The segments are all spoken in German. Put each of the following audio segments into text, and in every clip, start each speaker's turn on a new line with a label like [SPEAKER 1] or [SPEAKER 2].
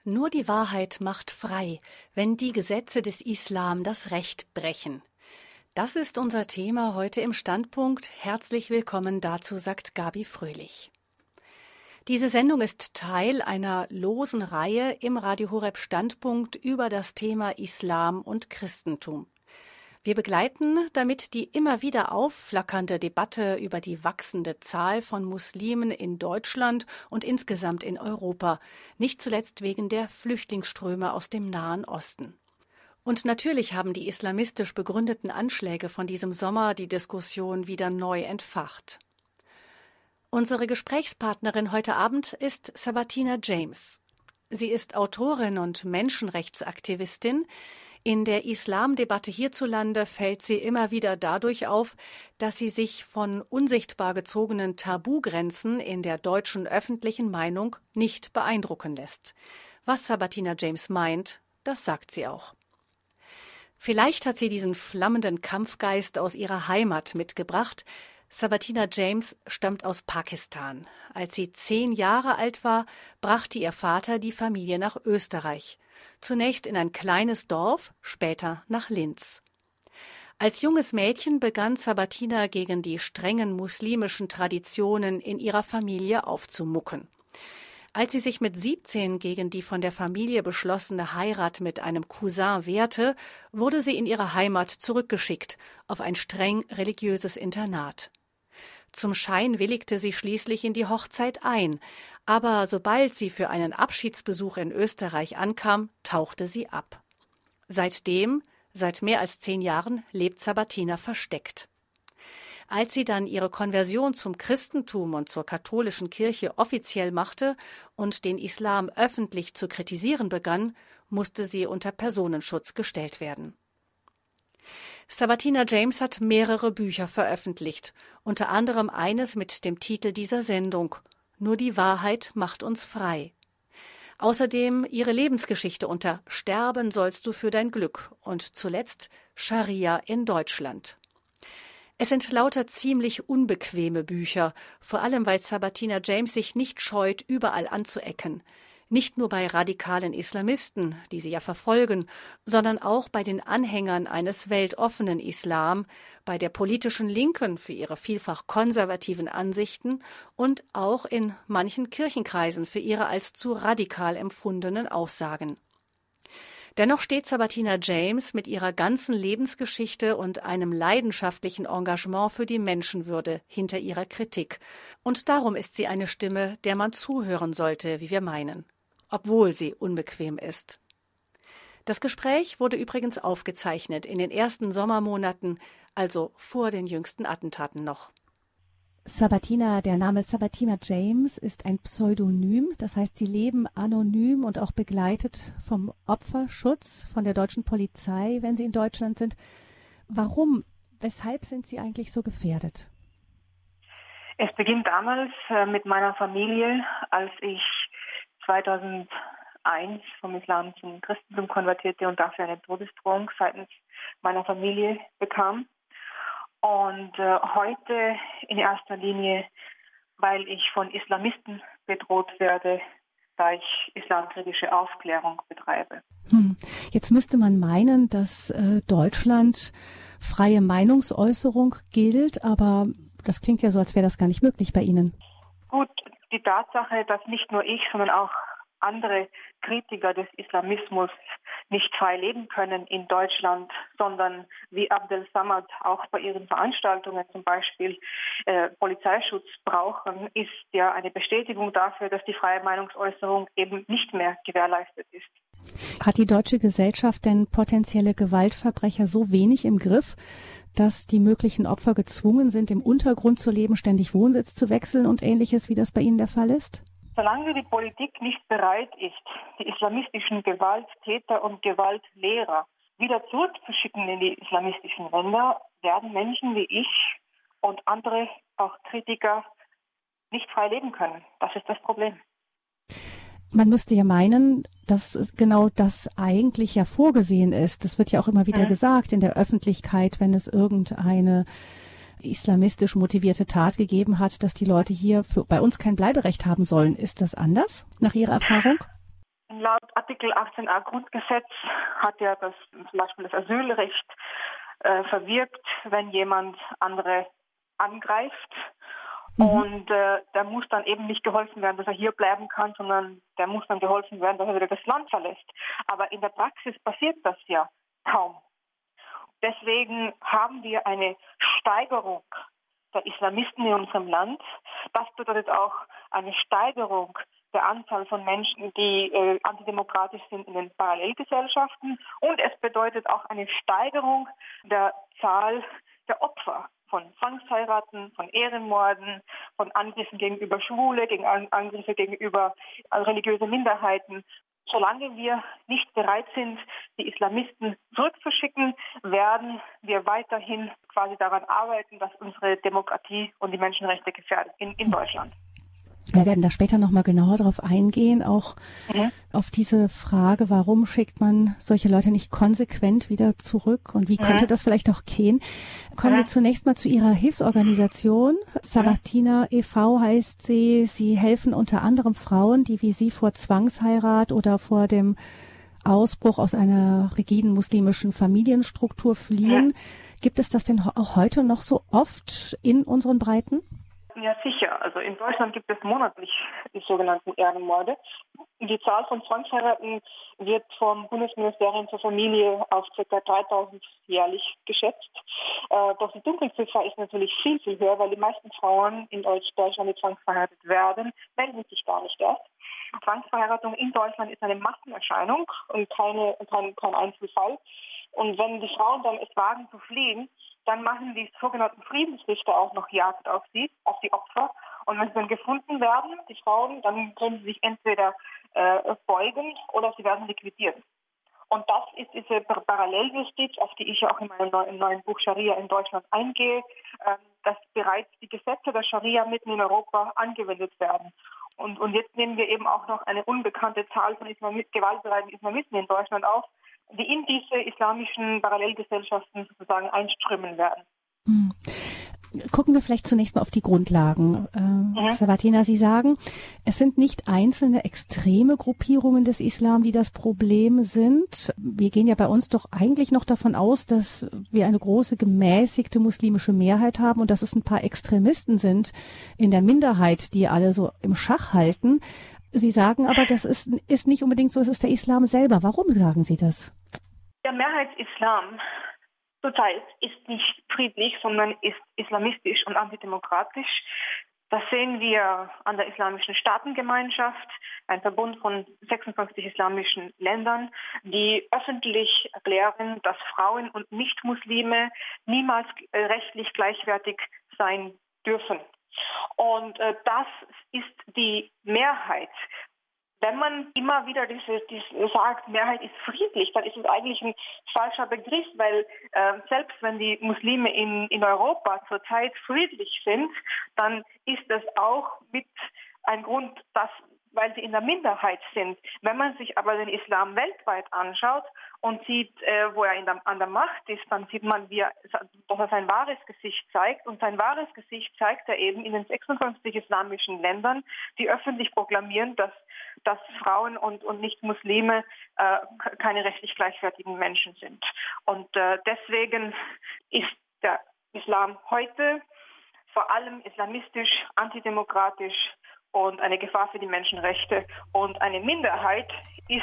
[SPEAKER 1] Nur die Wahrheit macht frei, wenn die Gesetze des Islam das Recht brechen. Das ist unser Thema heute im Standpunkt. Herzlich willkommen dazu, sagt Gabi Fröhlich. Diese Sendung ist Teil einer losen Reihe im Radio Horeb Standpunkt über das Thema Islam und Christentum. Wir begleiten damit die immer wieder aufflackernde Debatte über die wachsende Zahl von Muslimen in Deutschland und insgesamt in Europa, nicht zuletzt wegen der Flüchtlingsströme aus dem Nahen Osten. Und natürlich haben die islamistisch begründeten Anschläge von diesem Sommer die Diskussion wieder neu entfacht. Unsere Gesprächspartnerin heute Abend ist Sabatina James. Sie ist Autorin und Menschenrechtsaktivistin. In der Islamdebatte hierzulande fällt sie immer wieder dadurch auf, dass sie sich von unsichtbar gezogenen Tabugrenzen in der deutschen öffentlichen Meinung nicht beeindrucken lässt. Was Sabatina James meint, das sagt sie auch. Vielleicht hat sie diesen flammenden Kampfgeist aus ihrer Heimat mitgebracht. Sabatina James stammt aus Pakistan. Als sie 10 Jahre alt war, brachte ihr Vater die Familie nach Österreich. Zunächst in ein kleines Dorf, später nach Linz. Als junges Mädchen begann Sabatina gegen die strengen muslimischen Traditionen in ihrer Familie aufzumucken. Als sie sich mit 17 gegen die von der Familie beschlossene Heirat mit einem Cousin wehrte, wurde sie in ihre Heimat zurückgeschickt, auf ein streng religiöses Internat. Zum Schein willigte sie schließlich in die Hochzeit ein, aber sobald sie für einen Abschiedsbesuch in Österreich ankam, tauchte sie ab. Seitdem, seit mehr als 10 Jahren, lebt Sabatina versteckt. Als sie dann ihre Konversion zum Christentum und zur katholischen Kirche offiziell machte und den Islam öffentlich zu kritisieren begann, musste sie unter Personenschutz gestellt werden. Sabatina James hat mehrere Bücher veröffentlicht, unter anderem eines mit dem Titel dieser Sendung »Nur die Wahrheit macht uns frei«. Außerdem ihre Lebensgeschichte unter »Sterben sollst du für dein Glück« und zuletzt »Scharia in Deutschland«. Es sind lauter ziemlich unbequeme Bücher, vor allem weil Sabatina James sich nicht scheut, überall anzuecken. Nicht nur bei radikalen Islamisten, die sie ja verfolgen, sondern auch bei den Anhängern eines weltoffenen Islam, bei der politischen Linken für ihre vielfach konservativen Ansichten und auch in manchen Kirchenkreisen für ihre als zu radikal empfundenen Aussagen. Dennoch steht Sabatina James mit ihrer ganzen Lebensgeschichte und einem leidenschaftlichen Engagement für die Menschenwürde hinter ihrer Kritik. Und darum ist sie eine Stimme, der man zuhören sollte, wie wir meinen, obwohl sie unbequem ist. Das Gespräch wurde übrigens aufgezeichnet in den ersten Sommermonaten, also vor den jüngsten Attentaten noch. Sabatina, der Name Sabatina James ist ein Pseudonym, das heißt, Sie leben anonym und auch begleitet vom Opferschutz, von der deutschen Polizei, wenn Sie in Deutschland sind. Warum, weshalb sind Sie eigentlich so gefährdet?
[SPEAKER 2] Es beginnt damals mit meiner Familie, als ich 2001 vom Islam zum Christentum konvertierte und dafür eine Todesdrohung seitens meiner Familie bekam. Und heute in erster Linie, weil ich von Islamisten bedroht werde, da ich islamkritische Aufklärung betreibe.
[SPEAKER 1] Jetzt müsste man meinen, dass Deutschland freie Meinungsäußerung gilt, aber das klingt ja so, als wäre das gar nicht möglich bei Ihnen.
[SPEAKER 2] Gut, die Tatsache, dass nicht nur ich, sondern auch andere Kritiker des Islamismus nicht frei leben können in Deutschland, sondern wie Abdel Samad auch bei ihren Veranstaltungen zum Beispiel Polizeischutz brauchen, ist ja eine Bestätigung dafür, dass die freie Meinungsäußerung eben nicht mehr gewährleistet ist.
[SPEAKER 1] Hat die deutsche Gesellschaft denn potenzielle Gewaltverbrecher so wenig im Griff, dass die möglichen Opfer gezwungen sind, im Untergrund zu leben, ständig Wohnsitz zu wechseln und Ähnliches, wie das bei Ihnen der Fall ist?
[SPEAKER 2] Solange die Politik nicht bereit ist, die islamistischen Gewalttäter und Gewaltlehrer wieder zurückzuschicken in die islamistischen Länder, werden Menschen wie ich und andere, auch Kritiker, nicht frei leben können. Das ist das Problem.
[SPEAKER 1] Man müsste ja meinen, dass genau das eigentlich ja vorgesehen ist. Das wird ja auch immer wieder gesagt in der Öffentlichkeit, wenn es irgendeine islamistisch motivierte Tat gegeben hat, dass die Leute hier bei uns kein Bleiberecht haben sollen. Ist das anders nach Ihrer Erfahrung?
[SPEAKER 2] Laut Artikel 18a Grundgesetz hat ja zum Beispiel das Asylrecht verwirkt, wenn jemand andere angreift. Und da muss dann eben nicht geholfen werden, dass er hier bleiben kann, sondern der muss dann geholfen werden, dass er wieder das Land verlässt. Aber in der Praxis passiert das ja kaum. Deswegen haben wir eine Steigerung der Islamisten in unserem Land. Das bedeutet auch eine Steigerung der Anzahl von Menschen, die antidemokratisch sind in den Parallelgesellschaften. Und es bedeutet auch eine Steigerung der Zahl der Opfer von Zwangsheiraten, von Ehrenmorden, von Angriffen gegenüber Schwule, gegen Angriffe gegenüber religiöse Minderheiten. Solange wir nicht bereit sind, die Islamisten zurückzuschicken, werden wir weiterhin quasi daran arbeiten, dass unsere Demokratie und die Menschenrechte gefährdet in Deutschland.
[SPEAKER 1] Wir werden da später nochmal genauer drauf eingehen, auch auf diese Frage, warum schickt man solche Leute nicht konsequent wieder zurück und wie könnte das vielleicht auch gehen. Kommen wir zunächst mal zu Ihrer Hilfsorganisation. Sabatina e.V. heißt sie. Sie helfen unter anderem Frauen, die wie Sie vor Zwangsheirat oder vor dem Ausbruch aus einer rigiden muslimischen Familienstruktur fliehen. Gibt es das denn auch heute noch so oft in unseren Breiten?
[SPEAKER 2] Ja, sicher. Also in Deutschland gibt es monatlich die sogenannten Ehrenmorde. Die Zahl von Zwangsheiraten wird vom Bundesministerium für Familie auf ca. 3000 jährlich geschätzt. Doch die Dunkelziffer ist natürlich viel, viel höher, weil die meisten Frauen in Deutschland, die zwangsverheiratet werden, melden sich gar nicht erst. Zwangsverheiratung in Deutschland ist eine Massenerscheinung und kein Einzelfall. Und wenn die Frauen dann es wagen zu fliehen, dann machen die sogenannten Friedensrichter auch noch Jagd auf sie, auf die Opfer. Und wenn sie dann gefunden werden, die Frauen, dann können sie sich entweder beugen oder sie werden liquidiert. Und das ist diese Paralleljustiz, auf die ich ja auch in meinem neuen Buch Scharia in Deutschland eingehe, dass bereits die Gesetze der Scharia mitten in Europa angewendet werden. Und jetzt nehmen wir eben auch noch eine unbekannte Zahl von gewaltbereiten Islamisten in Deutschland auf, die in diese islamischen Parallelgesellschaften sozusagen einströmen werden.
[SPEAKER 1] Gucken wir vielleicht zunächst mal auf die Grundlagen. Sabatina, Sie sagen, es sind nicht einzelne extreme Gruppierungen des Islam, die das Problem sind. Wir gehen ja bei uns doch eigentlich noch davon aus, dass wir eine große gemäßigte muslimische Mehrheit haben und dass es ein paar Extremisten sind in der Minderheit, die alle so im Schach halten. Sie sagen aber, das ist nicht unbedingt so, es ist der Islam selber. Warum sagen Sie das?
[SPEAKER 2] Der Mehrheitsislam zurzeit ist nicht friedlich, sondern ist islamistisch und antidemokratisch. Das sehen wir an der Islamischen Staatengemeinschaft, ein Verbund von 56 islamischen Ländern, die öffentlich erklären, dass Frauen und Nichtmuslime niemals rechtlich gleichwertig sein dürfen. Und das ist die Mehrheit. Wenn man immer wieder sagt, Mehrheit ist friedlich, dann ist es eigentlich ein falscher Begriff, weil selbst wenn die Muslime in Europa zurzeit friedlich sind, dann ist das auch mit ein Grund, weil sie in der Minderheit sind. Wenn man sich aber den Islam weltweit anschaut und sieht, wo er an der Macht ist, dann sieht man, dass er sein wahres Gesicht zeigt. Und sein wahres Gesicht zeigt er eben in den 56 islamischen Ländern, die öffentlich proklamieren, dass Frauen und Nicht-Muslime keine rechtlich gleichwertigen Menschen sind. Und deswegen ist der Islam heute vor allem islamistisch, antidemokratisch und eine Gefahr für die Menschenrechte. Und eine Minderheit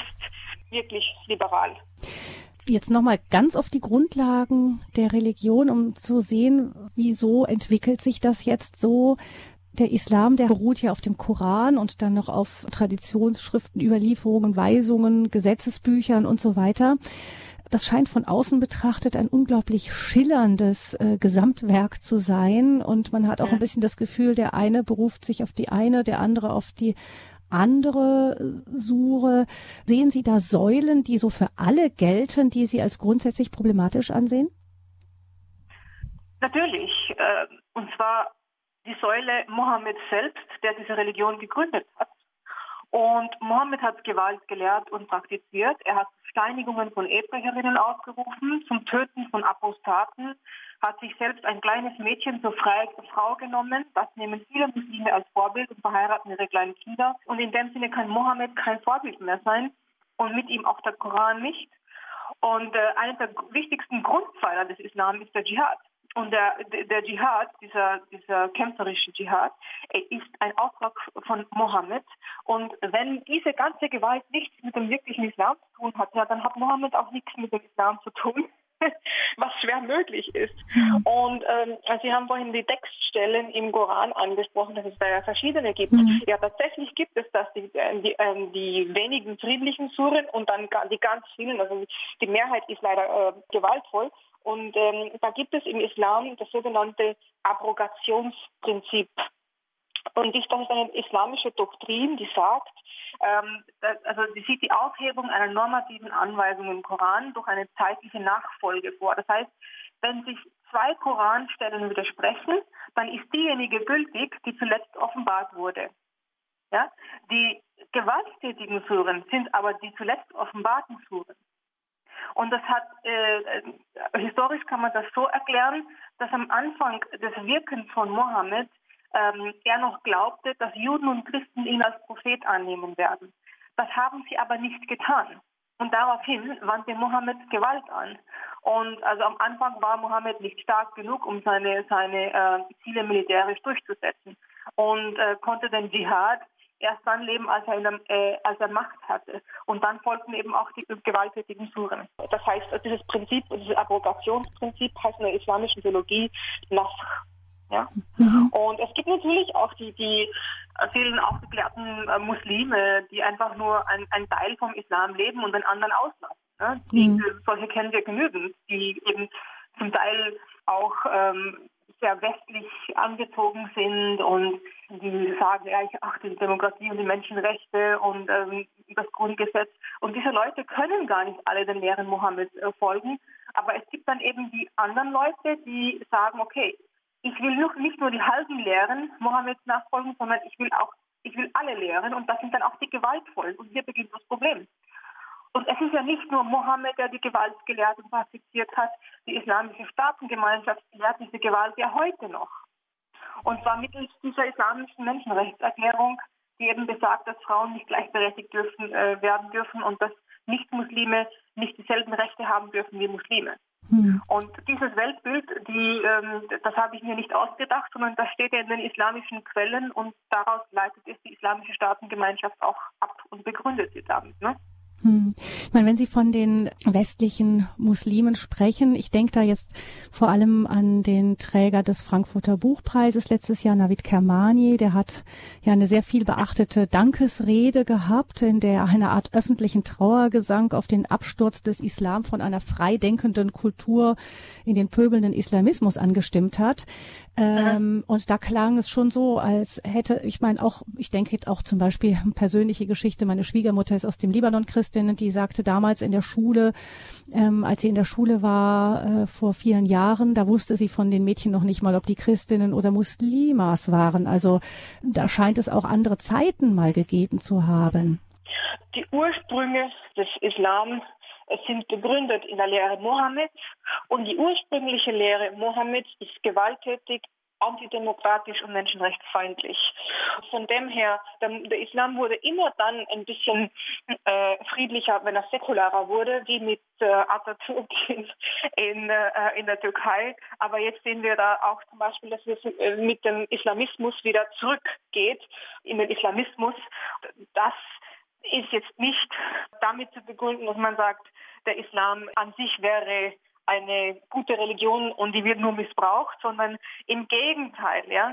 [SPEAKER 2] ist wirklich liberal.
[SPEAKER 1] Jetzt nochmal ganz auf die Grundlagen der Religion, um zu sehen, wieso entwickelt sich das jetzt so. Der Islam, der beruht ja auf dem Koran und dann noch auf Traditionsschriften, Überlieferungen, Weisungen, Gesetzesbüchern und so weiter. Das scheint von außen betrachtet ein unglaublich schillerndes Gesamtwerk zu sein. Und man hat auch ein bisschen das Gefühl, der eine beruft sich auf die eine, der andere auf die andere Sure. Sehen Sie da Säulen, die so für alle gelten, die Sie als grundsätzlich problematisch ansehen?
[SPEAKER 2] Natürlich. Und zwar die Säule Mohammed selbst, der diese Religion gegründet hat. Und Mohammed hat Gewalt gelehrt und praktiziert. Er hat Steinigungen von Ehebrecherinnen ausgerufen, zum Töten von Apostaten, hat sich selbst ein kleines Mädchen zur Frau genommen. Das nehmen viele Muslime als Vorbild und verheiraten ihre kleinen Kinder. Und in dem Sinne kann Mohammed kein Vorbild mehr sein. und mit ihm auch der Koran nicht. Und einer der wichtigsten Grundpfeiler des Islam ist der Dschihad. Und der Dschihad, dieser kämpferische Dschihad, ist ein Auftrag von Mohammed. Und wenn diese ganze Gewalt nichts mit dem wirklichen Islam zu tun hat, ja, dann hat Mohammed auch nichts mit dem Islam zu tun, was schwer möglich ist. Und Sie haben vorhin die Textstellen im Koran angesprochen, dass es da ja verschiedene gibt. Ja, tatsächlich gibt es das, die wenigen friedlichen Suren und dann die ganz vielen, also die Mehrheit ist leider gewaltvoll. Und da gibt es im Islam das sogenannte Abrogationsprinzip. Und das ist eine islamische Doktrin, die sagt, die sieht die Aufhebung einer normativen Anweisung im Koran durch eine zeitliche Nachfolge vor. Das heißt, wenn sich zwei Koranstellen widersprechen, dann ist diejenige gültig, die zuletzt offenbart wurde. Ja? Die gewalttätigen Suren sind aber die zuletzt offenbarten Suren. Und das hat, historisch kann man das so erklären, dass am Anfang des Wirkens von Mohammed er noch glaubte, dass Juden und Christen ihn als Prophet annehmen werden. Das haben sie aber nicht getan. Und daraufhin wandte Mohammed Gewalt an. Und also am Anfang war Mohammed nicht stark genug, um seine Ziele militärisch durchzusetzen. Und konnte den Dschihad erst dann leben, als er Macht hatte. Und dann folgten eben auch die gewalttätigen Suren. Das heißt, dieses Prinzip, dieses Abrogationsprinzip heißt in der islamischen Theologie Nasr. Ja? Und es gibt natürlich auch die vielen aufgeklärten Muslime, die einfach nur ein Teil vom Islam leben und den anderen auslassen. Ne? Solche kennen wir genügend, die eben zum Teil auch sehr westlich angezogen sind und die sagen, ja, ich achte die Demokratie und die Menschenrechte und das Grundgesetz. Und diese Leute können gar nicht alle den Lehren Mohammeds folgen. Aber es gibt dann eben die anderen Leute, die sagen, okay, ich will nicht nur die halben Lehren Mohammeds nachfolgen, sondern ich will alle Lehren und das sind dann auch die gewaltvollen. Und hier beginnt das Problem. Und es ist ja nicht nur Mohammed, der die Gewalt gelehrt und praktiziert hat. Die islamische Staatengemeinschaft lehrt diese Gewalt ja heute noch. Und zwar mittels dieser islamischen Menschenrechtserklärung, die eben besagt, dass Frauen nicht gleichberechtigt werden dürfen und dass Nicht-Muslime nicht dieselben Rechte haben dürfen wie Muslime. Und dieses Weltbild, das habe ich mir nicht ausgedacht, sondern das steht ja in den islamischen Quellen und daraus leitet es die islamische Staatengemeinschaft auch ab und begründet sie damit. Ne?
[SPEAKER 1] Ich meine, wenn Sie von den westlichen Muslimen sprechen, ich denke da jetzt vor allem an den Träger des Frankfurter Buchpreises letztes Jahr, Navid Kermani, der hat ja eine sehr viel beachtete Dankesrede gehabt, in der er eine Art öffentlichen Trauergesang auf den Absturz des Islam von einer freidenkenden Kultur in den pöbelnden Islamismus angestimmt hat. Und da klang es schon so, als hätte, ich meine auch, ich denke auch zum Beispiel persönliche Geschichte, meine Schwiegermutter ist aus dem Libanon Christin, die sagte damals in der Schule, als sie in der Schule war, vor 4 Jahren, da wusste sie von den Mädchen noch nicht mal, ob die Christinnen oder Muslimas waren. Also da scheint es auch andere Zeiten mal gegeben zu haben.
[SPEAKER 2] Die Ursprünge des Islam sind begründet in der Lehre Mohammeds und die ursprüngliche Lehre Mohammeds ist gewalttätig, antidemokratisch und menschenrechtsfeindlich. Von dem her, der Islam wurde immer dann ein bisschen friedlicher, wenn er säkularer wurde, wie mit Atatürk in der Türkei. Aber jetzt sehen wir da auch zum Beispiel, dass es mit dem Islamismus wieder zurückgeht, in den Islamismus. Das ist jetzt nicht damit zu begründen, dass man sagt, der Islam an sich wäre eine gute Religion und die wird nur missbraucht, sondern im Gegenteil, ja.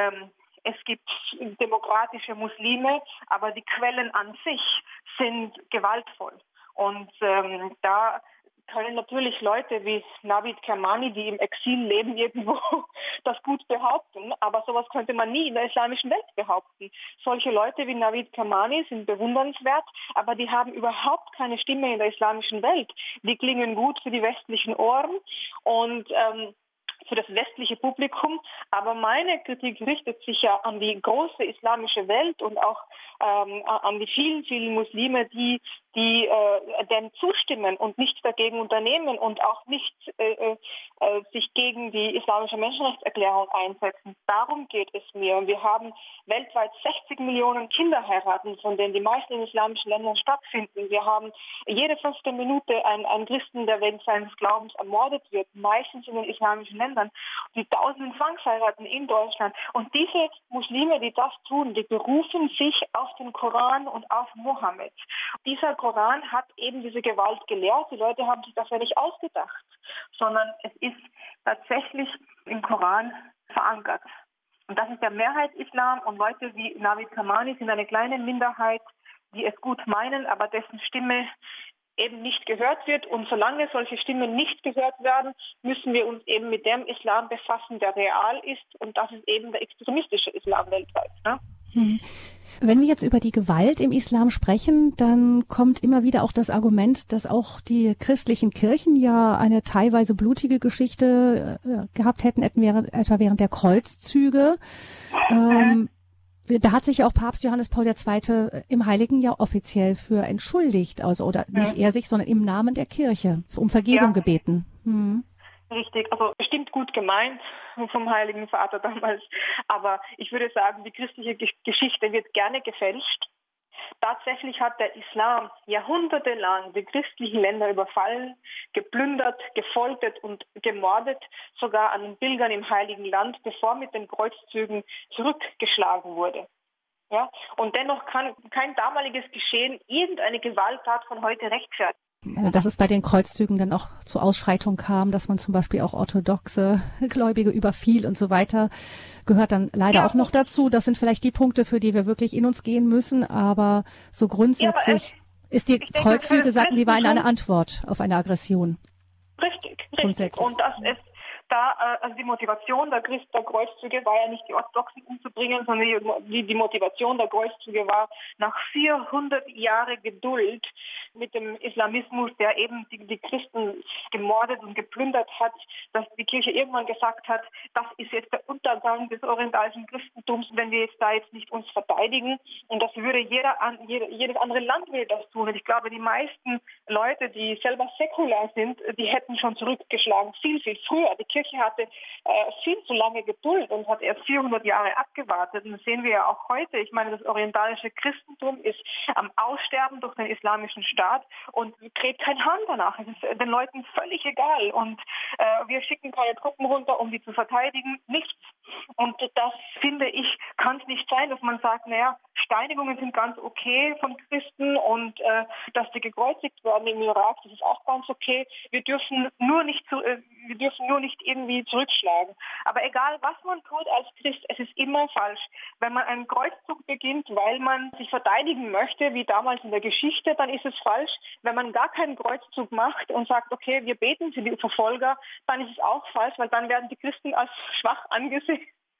[SPEAKER 2] Es gibt demokratische Muslime, aber die Quellen an sich sind gewaltvoll. Und da können natürlich Leute wie Navid Kermani, die im Exil leben, irgendwo das gut behaupten. Aber sowas könnte man nie in der islamischen Welt behaupten. Solche Leute wie Navid Kermani sind bewundernswert, aber die haben überhaupt keine Stimme in der islamischen Welt. Die klingen gut für die westlichen Ohren und für das westliche Publikum. Aber meine Kritik richtet sich ja an die große islamische Welt und auch an die vielen, vielen Muslime, die die dem zustimmen und nichts dagegen unternehmen und auch nicht sich gegen die islamische Menschenrechtserklärung einsetzen. Darum geht es mir. Und wir haben weltweit 60 Millionen Kinderheiraten, von denen die meisten in islamischen Ländern stattfinden. Wir haben jede 5. Minute einen Christen, der wegen seines Glaubens ermordet wird, meistens in den islamischen Ländern. Die tausenden Zwangsheiraten in Deutschland. Und diese Muslime, die das tun, die berufen sich auf den Koran und auf Mohammed. Dieser Koran hat eben diese Gewalt gelehrt. Die Leute haben sich das ja nicht ausgedacht, sondern es ist tatsächlich im Koran verankert. Und das ist der Mehrheitsislam, und Leute wie Navid Kamani sind eine kleine Minderheit, die es gut meinen, aber dessen Stimme eben nicht gehört wird. Und solange solche Stimmen nicht gehört werden, müssen wir uns eben mit dem Islam befassen, der real ist. Und das ist eben der extremistische Islam weltweit. Ne?
[SPEAKER 1] Wenn wir jetzt über die Gewalt im Islam sprechen, dann kommt immer wieder auch das Argument, dass auch die christlichen Kirchen ja eine teilweise blutige Geschichte gehabt hätten, etwa während der Kreuzzüge. Da hat sich ja auch Papst Johannes Paul II. Im Heiligen Jahr offiziell für entschuldigt, also oder nicht er sich, sondern im Namen der Kirche um Vergebung gebeten.
[SPEAKER 2] Richtig, also bestimmt gut gemeint vom Heiligen Vater damals, aber ich würde sagen, die christliche Geschichte wird gerne gefälscht. Tatsächlich hat der Islam jahrhundertelang die christlichen Länder überfallen, geplündert, gefoltert und gemordet, sogar an den Pilgern im Heiligen Land, bevor mit den Kreuzzügen zurückgeschlagen wurde. Ja? Und dennoch kann kein damaliges Geschehen irgendeine Gewalttat von heute rechtfertigen.
[SPEAKER 1] Dass es bei den Kreuzzügen dann auch zu Ausschreitungen kam, dass man zum Beispiel auch orthodoxe Gläubige überfiel und so weiter, gehört dann leider auch noch dazu. Das sind vielleicht die Punkte, für die wir wirklich in uns gehen müssen, aber so grundsätzlich ist die Kreuzzüge, sagten Sie, war eine Antwort auf eine Aggression.
[SPEAKER 2] Richtig. Und das ist also die Motivation der Kreuzzüge war ja nicht die Orthodoxen umzubringen, sondern die Motivation der Kreuzzüge war nach 400 Jahren Geduld mit dem Islamismus, der eben die Christen gemordet und geplündert hat, dass die Kirche irgendwann gesagt hat, das ist jetzt der Untergang des orientalischen Christentums, wenn wir jetzt da jetzt nicht uns verteidigen. Und das würde jedes andere Land würde das tun. Und ich glaube, die meisten Leute, die selber säkular sind, die hätten schon zurückgeschlagen, viel, viel früher. Die Kirche hatte viel zu lange Geduld und hat erst 400 Jahre abgewartet. Und das sehen wir ja auch heute. Ich meine, das orientalische Christentum ist am Aussterben durch den islamischen Staat und kräht kein Hahn danach. Es ist den Leuten völlig egal. Und wir schicken keine Truppen runter, um die zu verteidigen. Nichts. Und das, finde ich, kann es nicht sein, dass man sagt, naja, Steinigungen sind ganz okay von Christen und dass die gekreuzigt werden im Irak, das ist auch ganz okay. Wir dürfen nur nicht irgendwie zurückschlagen. Aber egal, was man tut als Christ, es ist immer falsch. Wenn man einen Kreuzzug beginnt, weil man sich verteidigen möchte, wie damals in der Geschichte, dann ist es falsch. Wenn man gar keinen Kreuzzug macht und sagt, okay, wir beten für die Verfolger, dann ist es auch falsch, weil dann werden die Christen als schwach angesehen.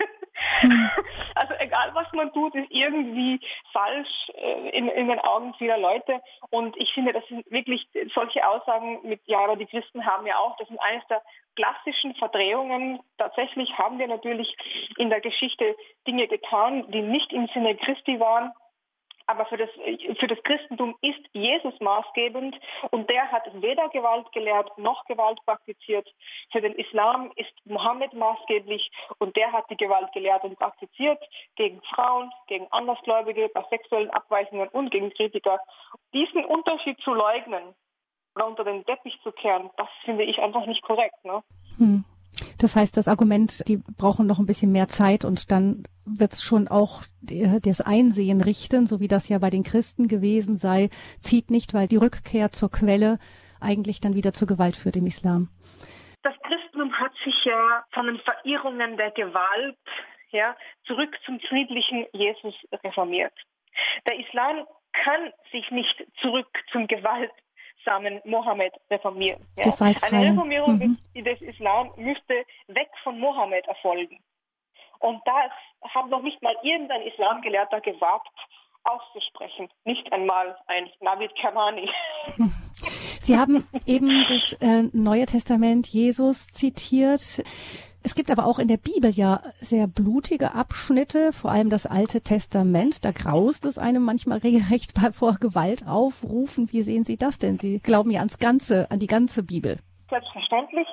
[SPEAKER 2] Also egal, was man tut, ist irgendwie falsch in den Augen vieler Leute. Und ich finde, das sind wirklich solche Aussagen mit, ja, aber die Christen haben ja auch, das sind eines der klassischen Verdrehungen. Tatsächlich haben wir natürlich in der Geschichte Dinge getan, die nicht im Sinne Christi waren. Aber für das Christentum ist Jesus maßgebend und der hat weder Gewalt gelehrt noch Gewalt praktiziert. Für den Islam ist Mohammed maßgeblich und der hat die Gewalt gelehrt und praktiziert gegen Frauen, gegen Andersgläubige, bei sexuellen Abweichungen und gegen Kritiker. Diesen Unterschied zu leugnen oder unter den Teppich zu kehren, das finde ich einfach nicht korrekt. Ne?
[SPEAKER 1] Das heißt, das Argument, die brauchen noch ein bisschen mehr Zeit und dann wird es schon auch das Einsehen richten, so wie das ja bei den Christen gewesen sei, zieht nicht, weil die Rückkehr zur Quelle eigentlich dann wieder zur Gewalt führt im Islam.
[SPEAKER 2] Das Christentum hat sich ja von den Verirrungen der Gewalt zurück zum friedlichen Jesus reformiert. Der Islam kann sich nicht zurück zum gewaltsamen Mohammed reformieren. Ja? Eine Reformierung des Islam müsste weg von Mohammed erfolgen. Und das hat noch nicht mal irgendein Islamgelehrter gewagt auszusprechen. Nicht einmal ein Navid Kamani.
[SPEAKER 1] Sie haben eben das Neue Testament Jesus zitiert. Es gibt aber auch in der Bibel ja sehr blutige Abschnitte, vor allem das Alte Testament. Da graust es einem manchmal regelrecht vor Gewaltaufrufen. Wie sehen Sie das denn? Sie glauben ja an die ganze Bibel.
[SPEAKER 2] Selbstverständlich.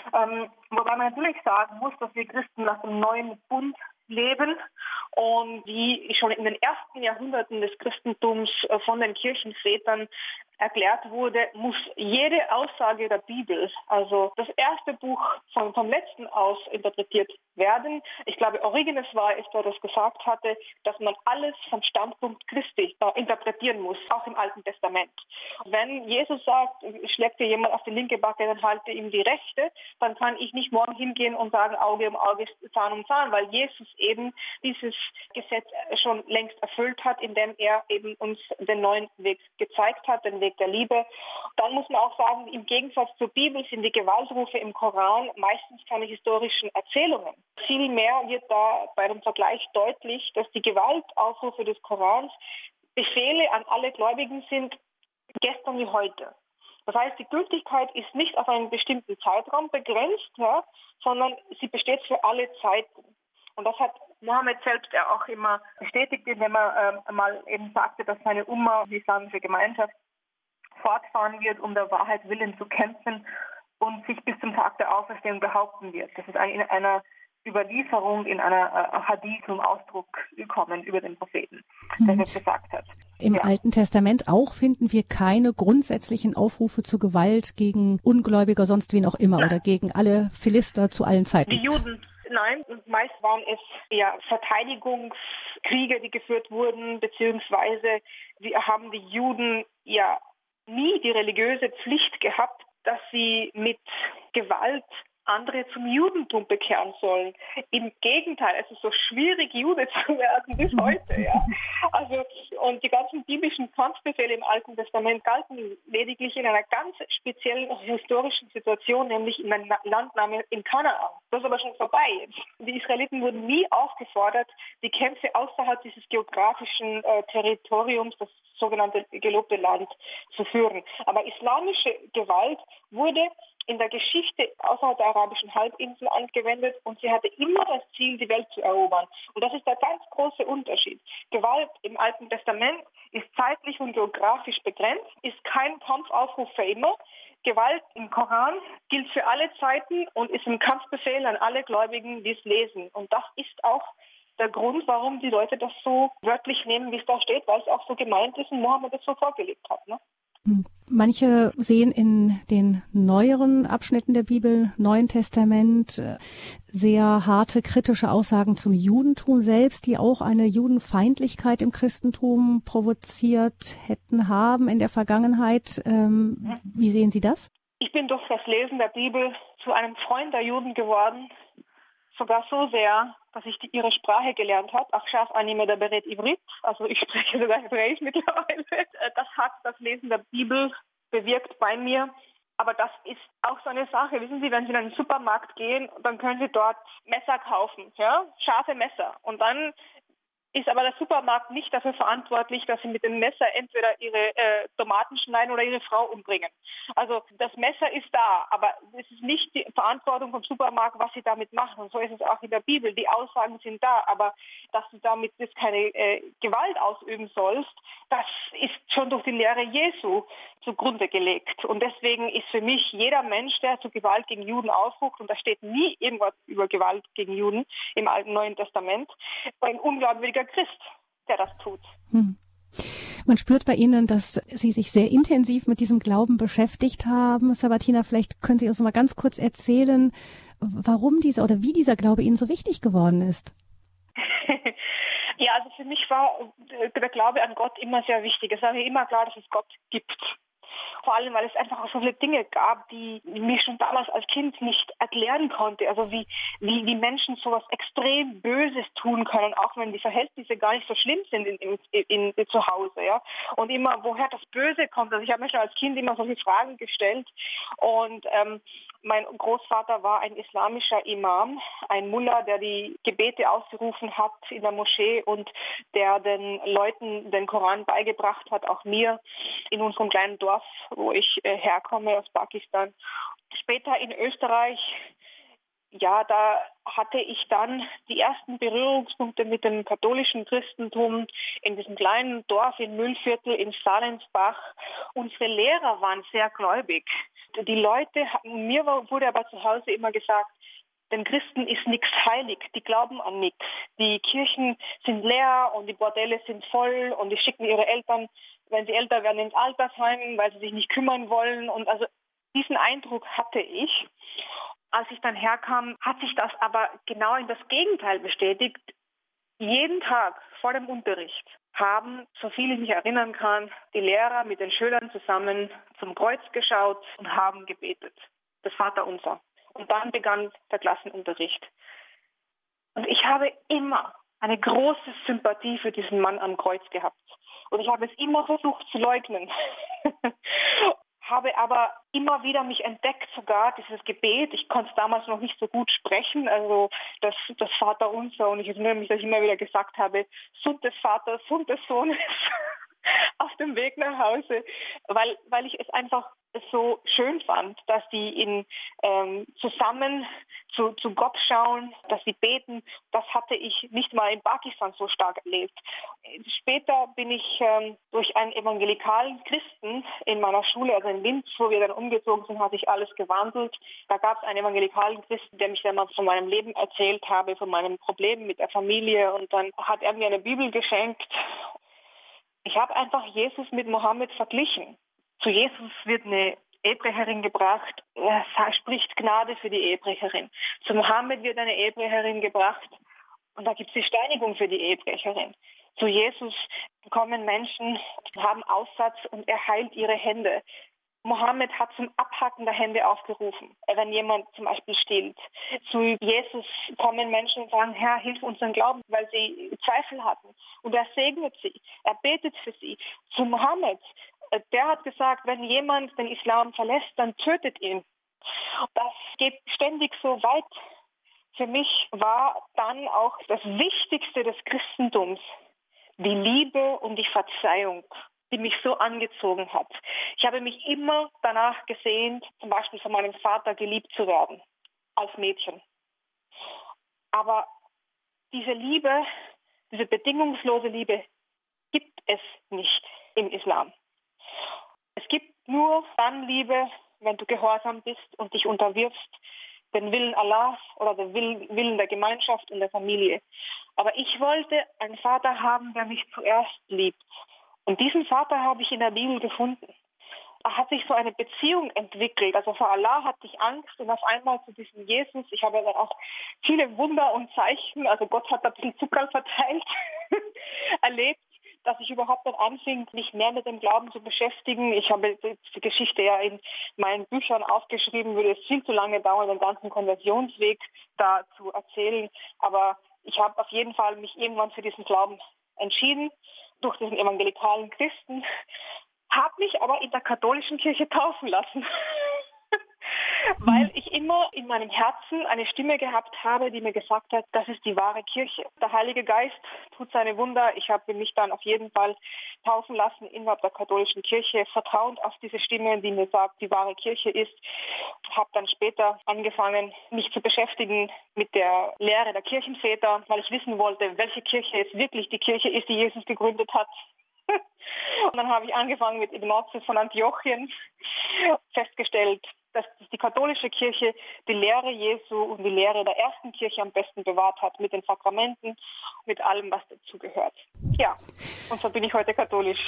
[SPEAKER 2] Wobei man natürlich sagen muss, dass wir Christen nach dem neuen Bund leben und wie schon in den ersten Jahrhunderten des Christentums von den Kirchenvätern erklärt wurde, muss jede Aussage der Bibel, also das erste Buch vom letzten aus interpretiert werden. Ich glaube, Origenes war es, der das gesagt hatte, dass man alles vom Standpunkt Christi interpretieren muss, auch im Alten Testament. Wenn Jesus sagt, schlägt dir jemand auf die linke Backe, dann halte ihm die rechte, dann kann ich nicht morgen hingehen und sagen, Auge um Auge, Zahn um Zahn, weil Jesus eben dieses Gesetz schon längst erfüllt hat, indem er eben uns den neuen Weg gezeigt hat, den Weg der Liebe. Dann muss man auch sagen, im Gegensatz zur Bibel sind die Gewaltrufe im Koran meistens keine historischen Erzählungen. Vielmehr wird da bei dem Vergleich deutlich, dass die Gewaltaufrufe des Korans Befehle an alle Gläubigen sind, gestern wie heute. Das heißt, die Gültigkeit ist nicht auf einen bestimmten Zeitraum begrenzt, ja, sondern sie besteht für alle Zeiten. Und das hat Mohammed selbst ja auch immer bestätigt, indem er mal eben sagte, dass seine Umma, die islamische Gemeinschaft, fortfahren wird, um der Wahrheit willen zu kämpfen und sich bis zum Tag der Auferstehung behaupten wird. Das ist in einer Überlieferung, in einer Hadith zum Ausdruck gekommen über den Propheten, der das gesagt hat.
[SPEAKER 1] Im Alten Testament auch finden wir keine grundsätzlichen Aufrufe zu Gewalt gegen Ungläubiger, sonst wen auch immer, oder gegen alle Philister zu allen Zeiten.
[SPEAKER 2] Die Juden. Nein, meist waren es ja Verteidigungskriege, die geführt wurden, beziehungsweise haben die Juden ja nie die religiöse Pflicht gehabt, dass sie mit Gewalt andere zum Judentum bekehren sollen. Im Gegenteil, es ist so schwierig, Jude zu werden bis heute. Ja. Also, und die ganzen biblischen Kampfbefehle im Alten Testament galten lediglich in einer ganz speziellen historischen Situation, nämlich in einer Landnahme in Kanaan. Das ist aber schon vorbei. Die Israeliten wurden nie aufgefordert, die Kämpfe außerhalb dieses geografischen Territoriums, das sogenannte gelobte Land, zu führen. Aber islamische Gewalt wurde in der Geschichte außerhalb der arabischen Halbinsel angewendet und sie hatte immer das Ziel, die Welt zu erobern. Und das ist der ganz große Unterschied. Gewalt im Alten Testament ist zeitlich und geografisch begrenzt, ist kein Kampfaufruf für immer. Gewalt im Koran gilt für alle Zeiten und ist ein Kampfbefehl an alle Gläubigen, die es lesen. Und das ist auch der Grund, warum die Leute das so wörtlich nehmen, wie es da steht, weil es auch so gemeint ist und Mohammed es so vorgelegt hat. Ne?
[SPEAKER 1] Manche sehen in den neueren Abschnitten der Bibel, Neuen Testament, sehr harte kritische Aussagen zum Judentum selbst, die auch eine Judenfeindlichkeit im Christentum provoziert haben in der Vergangenheit. Wie sehen Sie das?
[SPEAKER 2] Ich bin durch das Lesen der Bibel zu einem Freund der Juden geworden, sogar so sehr, dass ich ihre Sprache gelernt habe. Achshaf anime der Beret Ivrit, also ich spreche sogar Hebräisch mittlerweile. Das hat das Lesen der Bibel bewirkt bei mir. Aber das ist auch so eine Sache. Wissen Sie, wenn Sie in einen Supermarkt gehen, dann können Sie dort Messer kaufen, ja, scharfe Messer. Und dann ist aber der Supermarkt nicht dafür verantwortlich, dass sie mit dem Messer entweder ihre Tomaten schneiden oder ihre Frau umbringen. Also das Messer ist da, aber es ist nicht die Verantwortung vom Supermarkt, was sie damit machen. Und so ist es auch in der Bibel. Die Aussagen sind da, aber dass du damit jetzt keine Gewalt ausüben sollst, das ist schon durch die Lehre Jesu zugrunde gelegt. Und deswegen ist für mich jeder Mensch, der zu Gewalt gegen Juden aufruft, und da steht nie irgendwas über Gewalt gegen Juden im Alten Neuen Testament, ein ungläubiger Christ, der das tut.
[SPEAKER 1] Man spürt bei Ihnen, dass Sie sich sehr intensiv mit diesem Glauben beschäftigt haben. Sabatina, vielleicht können Sie uns mal ganz kurz erzählen, warum wie dieser Glaube Ihnen so wichtig geworden ist.
[SPEAKER 2] Ja, also für mich war der Glaube an Gott immer sehr wichtig. Es war mir immer klar, dass es Gott gibt. Vor allem, weil es einfach auch so viele Dinge gab, die mir schon damals als Kind nicht erklären konnte. Also wie Menschen sowas extrem Böses tun können, auch wenn die Verhältnisse gar nicht so schlimm sind in zu Hause. Ja? Und immer, woher das Böse kommt. Also ich habe mir schon als Kind immer solche Fragen gestellt. Und mein Großvater war ein islamischer Imam, ein Mullah, der die Gebete ausgerufen hat in der Moschee und der den Leuten den Koran beigebracht hat, auch mir in unserem kleinen Dorf, wo ich herkomme, aus Pakistan. Später in Österreich ja, da hatte ich dann die ersten Berührungspunkte mit dem katholischen Christentum in diesem kleinen Dorf in Mühlviertel in Salensbach. Unsere Lehrer waren sehr gläubig. Die Leute, mir wurde aber zu Hause immer gesagt, den Christen ist nichts heilig, die glauben an nichts. Die Kirchen sind leer und die Bordelle sind voll und die schicken ihre Eltern, wenn sie älter werden, ins Altersheim, weil sie sich nicht kümmern wollen. Und also diesen Eindruck hatte ich. Als ich dann herkam, hat sich das aber genau in das Gegenteil bestätigt. Jeden Tag vor dem Unterricht haben, so viel ich mich erinnern kann, die Lehrer mit den Schülern zusammen zum Kreuz geschaut und haben gebetet. Das Vaterunser. Und dann begann der Klassenunterricht. Und ich habe immer eine große Sympathie für diesen Mann am Kreuz gehabt. Und ich habe es immer versucht zu leugnen. Habe aber immer wieder mich entdeckt, sogar dieses Gebet. Ich konnte es damals noch nicht so gut sprechen, also das Vaterunser. Und ich erinnere mich, dass ich immer wieder gesagt habe, Sund des Vaters, Sund des Sohnes, auf dem Weg nach Hause, weil ich es einfach so schön fand, dass die zusammen zu Gott schauen, dass sie beten. Das hatte ich nicht mal in Pakistan so stark erlebt. Später bin ich durch einen evangelikalen Christen in meiner Schule, also in Linz, wo wir dann umgezogen sind, hat sich alles gewandelt. Da gab es einen evangelikalen Christen, der mich dann mal von meinem Leben erzählt habe, von meinem Problem mit der Familie. Und dann hat er mir eine Bibel geschenkt. Ich habe einfach Jesus mit Mohammed verglichen. Zu Jesus wird eine Ehebrecherin gebracht. Er spricht Gnade für die Ehebrecherin. Zu Mohammed wird eine Ehebrecherin gebracht und da gibt es die Steinigung für die Ehebrecherin. Zu Jesus kommen Menschen, haben Aussatz und er heilt ihre Hände. Mohammed hat zum Abhacken der Hände aufgerufen, wenn jemand zum Beispiel stiehlt. Zu Jesus kommen Menschen und sagen, Herr, hilf unseren Glauben, weil sie Zweifel hatten. Und er segnet sie, er betet für sie. Zu Mohammed, der hat gesagt, wenn jemand den Islam verlässt, dann tötet ihn. Das geht ständig so weit. Für mich war dann auch das Wichtigste des Christentums die Liebe und die Verzeihung, die mich so angezogen hat. Ich habe mich immer danach gesehnt, zum Beispiel von meinem Vater geliebt zu werden, als Mädchen. Aber diese Liebe, diese bedingungslose Liebe, gibt es nicht im Islam. Es gibt nur dann Liebe, wenn du gehorsam bist und dich unterwirfst, den Willen Allahs oder den Willen der Gemeinschaft und der Familie. Aber ich wollte einen Vater haben, der mich zuerst liebt. Und diesen Vater habe ich in der Bibel gefunden. Da hat sich so eine Beziehung entwickelt. Also vor Allah hatte ich Angst und auf einmal zu diesem Jesus. Ich habe dann auch viele Wunder und Zeichen, also Gott hat ein bisschen Zucker verteilt, erlebt, dass ich überhaupt dann anfing, mich mehr mit dem Glauben zu beschäftigen. Ich habe die Geschichte ja in meinen Büchern aufgeschrieben, würde es viel zu lange dauern, den ganzen Konversionsweg da zu erzählen. Aber ich habe auf jeden Fall mich irgendwann für diesen Glauben entschieden, durch diesen evangelikalen Christen, habe mich aber in der katholischen Kirche taufen lassen. Weil ich immer in meinem Herzen eine Stimme gehabt habe, die mir gesagt hat, das ist die wahre Kirche. Der Heilige Geist tut seine Wunder. Ich habe mich dann auf jeden Fall taufen lassen innerhalb der katholischen Kirche, vertrauend auf diese Stimme, die mir sagt, die wahre Kirche ist. Habe dann später angefangen, mich zu beschäftigen mit der Lehre der Kirchenväter, weil ich wissen wollte, welche Kirche es wirklich die Kirche ist, die Jesus gegründet hat. Und dann habe ich angefangen mit Ignatius von Antiochien, festgestellt, dass die katholische Kirche die Lehre Jesu und die Lehre der ersten Kirche am besten bewahrt hat, mit den Sakramenten, mit allem, was dazugehört. Ja, und so bin ich heute katholisch.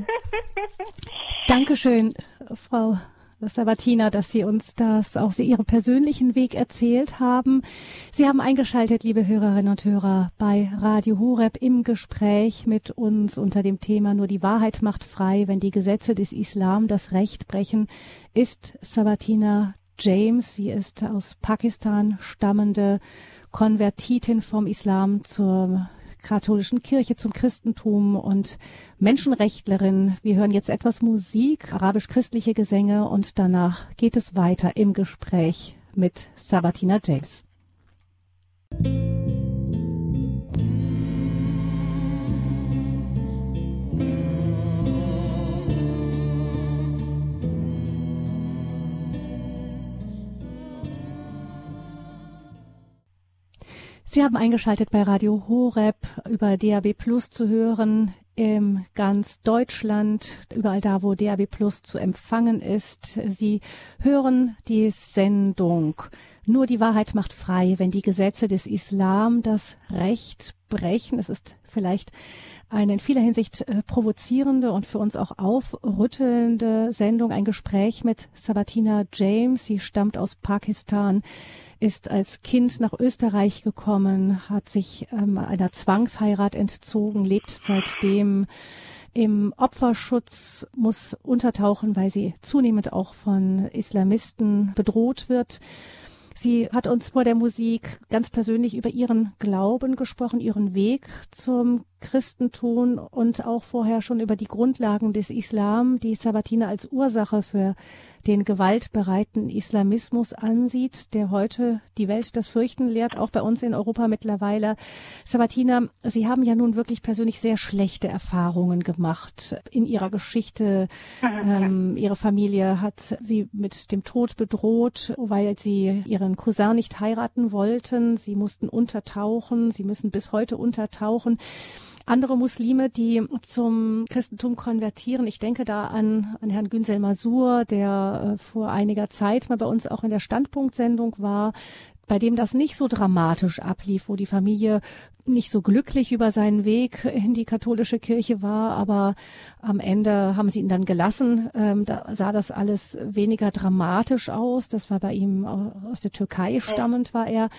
[SPEAKER 1] Dankeschön, Frau Sabatina, dass Sie uns auch Ihren persönlichen Weg erzählt haben. Sie haben eingeschaltet, liebe Hörerinnen und Hörer, bei Radio Horeb im Gespräch mit uns unter dem Thema Nur die Wahrheit macht frei, wenn die Gesetze des Islam das Recht brechen, ist Sabatina James. Sie ist aus Pakistan stammende Konvertitin vom Islam zur katholischen Kirche, zum Christentum und Menschenrechtlerin. Wir hören jetzt etwas Musik, arabisch-christliche Gesänge und danach geht es weiter im Gespräch mit Sabatina James. Sie haben eingeschaltet bei Radio Horeb, über DAB+ zu hören in ganz Deutschland, überall da, wo DAB+ zu empfangen ist. Sie hören die Sendung Nur die Wahrheit macht frei, wenn die Gesetze des Islam das Recht brechen. Es ist vielleicht eine in vieler Hinsicht provozierende und für uns auch aufrüttelnde Sendung, ein Gespräch mit Sabatina James. Sie stammt aus Pakistan, ist als Kind nach Österreich gekommen, hat sich einer Zwangsheirat entzogen, lebt seitdem im Opferschutz, muss untertauchen, weil sie zunehmend auch von Islamisten bedroht wird. Sie hat uns vor der Musik ganz persönlich über ihren Glauben gesprochen, ihren Weg zum Christentum und auch vorher schon über die Grundlagen des Islam, die Sabatina als Ursache für den gewaltbereiten Islamismus ansieht, der heute die Welt das Fürchten lehrt, auch bei uns in Europa mittlerweile. Sabatina, Sie haben ja nun wirklich persönlich sehr schlechte Erfahrungen gemacht in Ihrer Geschichte. Ihre Familie hat Sie mit dem Tod bedroht, weil Sie Ihren Cousin nicht heiraten wollten. Sie mussten untertauchen. Sie müssen bis heute untertauchen. Andere Muslime, die zum Christentum konvertieren, ich denke da an Herrn Günsel Masur, der vor einiger Zeit mal bei uns auch in der Standpunktsendung war, bei dem das nicht so dramatisch ablief, wo die Familie nicht so glücklich über seinen Weg in die katholische Kirche war, aber am Ende haben sie ihn dann gelassen. Da sah das alles weniger dramatisch aus. Das war bei ihm aus der Türkei stammend, war er.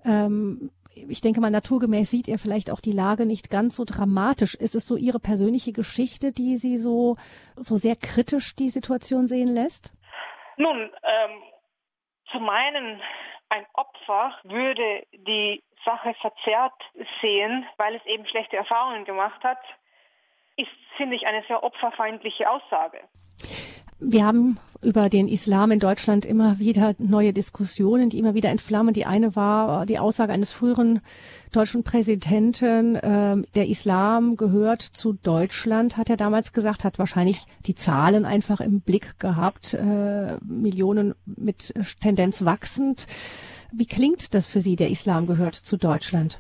[SPEAKER 1] Ich denke mal, naturgemäß sieht er vielleicht auch die Lage nicht ganz so dramatisch. Ist es so Ihre persönliche Geschichte, die Sie so sehr kritisch die Situation sehen lässt?
[SPEAKER 2] Nun, zum einen, ein Opfer würde die Sache verzerrt sehen, weil es eben schlechte Erfahrungen gemacht hat, ist, finde ich, eine sehr opferfeindliche Aussage.
[SPEAKER 1] Wir haben über den Islam in Deutschland immer wieder neue Diskussionen, die immer wieder entflammen. Die eine war die Aussage eines früheren deutschen Präsidenten, der Islam gehört zu Deutschland, hat er damals gesagt, hat wahrscheinlich die Zahlen einfach im Blick gehabt, Millionen mit Tendenz wachsend. Wie klingt das für Sie, der Islam gehört zu Deutschland?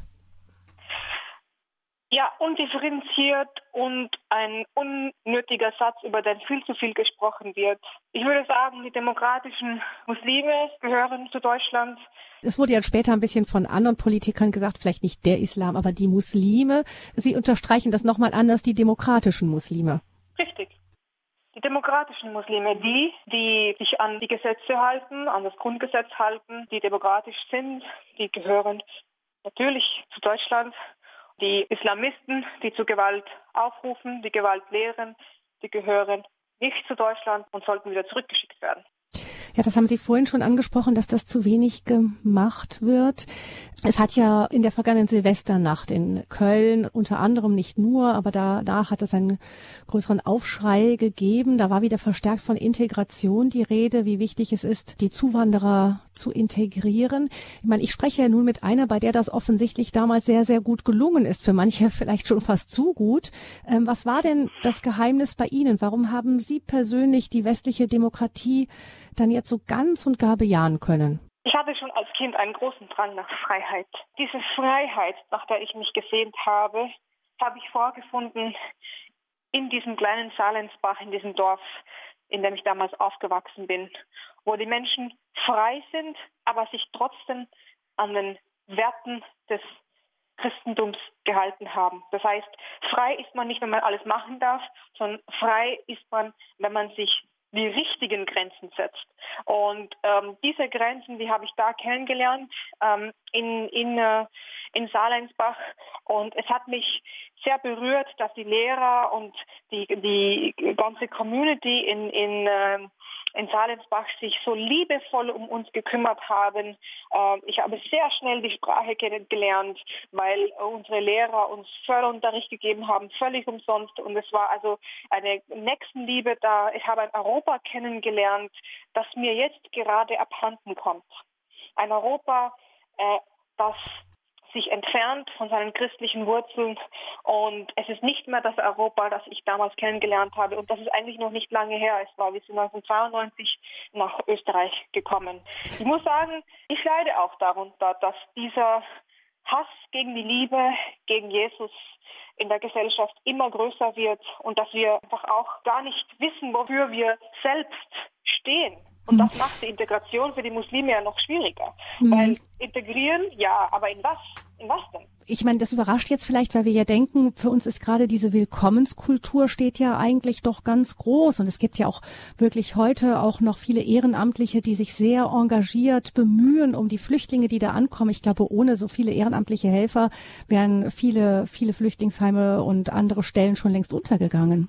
[SPEAKER 2] Ja, undifferenziert und ein unnötiger Satz, über den viel zu viel gesprochen wird. Ich würde sagen, die demokratischen Muslime gehören zu Deutschland.
[SPEAKER 1] Es wurde ja später ein bisschen von anderen Politikern gesagt, vielleicht nicht der Islam, aber die Muslime. Sie unterstreichen das nochmal anders, die demokratischen Muslime.
[SPEAKER 2] Richtig. Die demokratischen Muslime, die sich an die Gesetze halten, an das Grundgesetz halten, die demokratisch sind, die gehören natürlich zu Deutschland. Die Islamisten, die zu Gewalt aufrufen, die Gewalt lehren, die gehören nicht zu Deutschland und sollten wieder zurückgeschickt werden.
[SPEAKER 1] Ja, das haben Sie vorhin schon angesprochen, dass das zu wenig gemacht wird. Es hat ja in der vergangenen Silvesternacht in Köln unter anderem, nicht nur, aber danach hat es einen größeren Aufschrei gegeben. Da war wieder verstärkt von Integration die Rede, wie wichtig es ist, die Zuwanderer zu integrieren. Ich meine, ich spreche ja nun mit einer, bei der das offensichtlich damals sehr, sehr gut gelungen ist. Für manche vielleicht schon fast zu gut. Was war denn das Geheimnis bei Ihnen? Warum haben Sie persönlich die westliche Demokratie dann jetzt so ganz und gar bejahen können?
[SPEAKER 2] Ich hatte schon als Kind einen großen Drang nach Freiheit. Diese Freiheit, nach der ich mich gesehnt habe, habe ich vorgefunden in diesem kleinen Salensbach, in diesem Dorf, in dem ich damals aufgewachsen bin, wo die Menschen frei sind, aber sich trotzdem an den Werten des Christentums gehalten haben. Das heißt, frei ist man nicht, wenn man alles machen darf, sondern frei ist man, wenn man sich die richtigen Grenzen setzt. Und diese Grenzen, die habe ich da kennengelernt in Salensbach. Und es hat mich sehr berührt, dass die Lehrer und die ganze Community in Salensbach sich so liebevoll um uns gekümmert haben. Ich habe sehr schnell die Sprache kennengelernt, weil unsere Lehrer uns Förderunterricht gegeben haben, völlig umsonst. Und es war also eine Nächstenliebe da. Ich habe ein Europa kennengelernt, das mir jetzt gerade abhanden kommt. Ein Europa, das sich entfernt von seinen christlichen Wurzeln, und es ist nicht mehr das Europa, das ich damals kennengelernt habe, und das ist eigentlich noch nicht lange her. Wir sind 1992 nach Österreich gekommen. Ich muss sagen, ich leide auch darunter, dass dieser Hass gegen die Liebe, gegen Jesus in der Gesellschaft immer größer wird und dass wir einfach auch gar nicht wissen, wofür wir selbst stehen. Und das macht die Integration für die Muslime ja noch schwieriger. Weil integrieren, ja, aber in was? In was denn?
[SPEAKER 1] Ich meine, das überrascht jetzt vielleicht, weil wir ja denken, für uns ist gerade diese Willkommenskultur steht ja eigentlich doch ganz groß. Und es gibt ja auch wirklich heute auch noch viele Ehrenamtliche, die sich sehr engagiert bemühen um die Flüchtlinge, die da ankommen. Ich glaube, ohne so viele ehrenamtliche Helfer wären viele Flüchtlingsheime und andere Stellen schon längst untergegangen.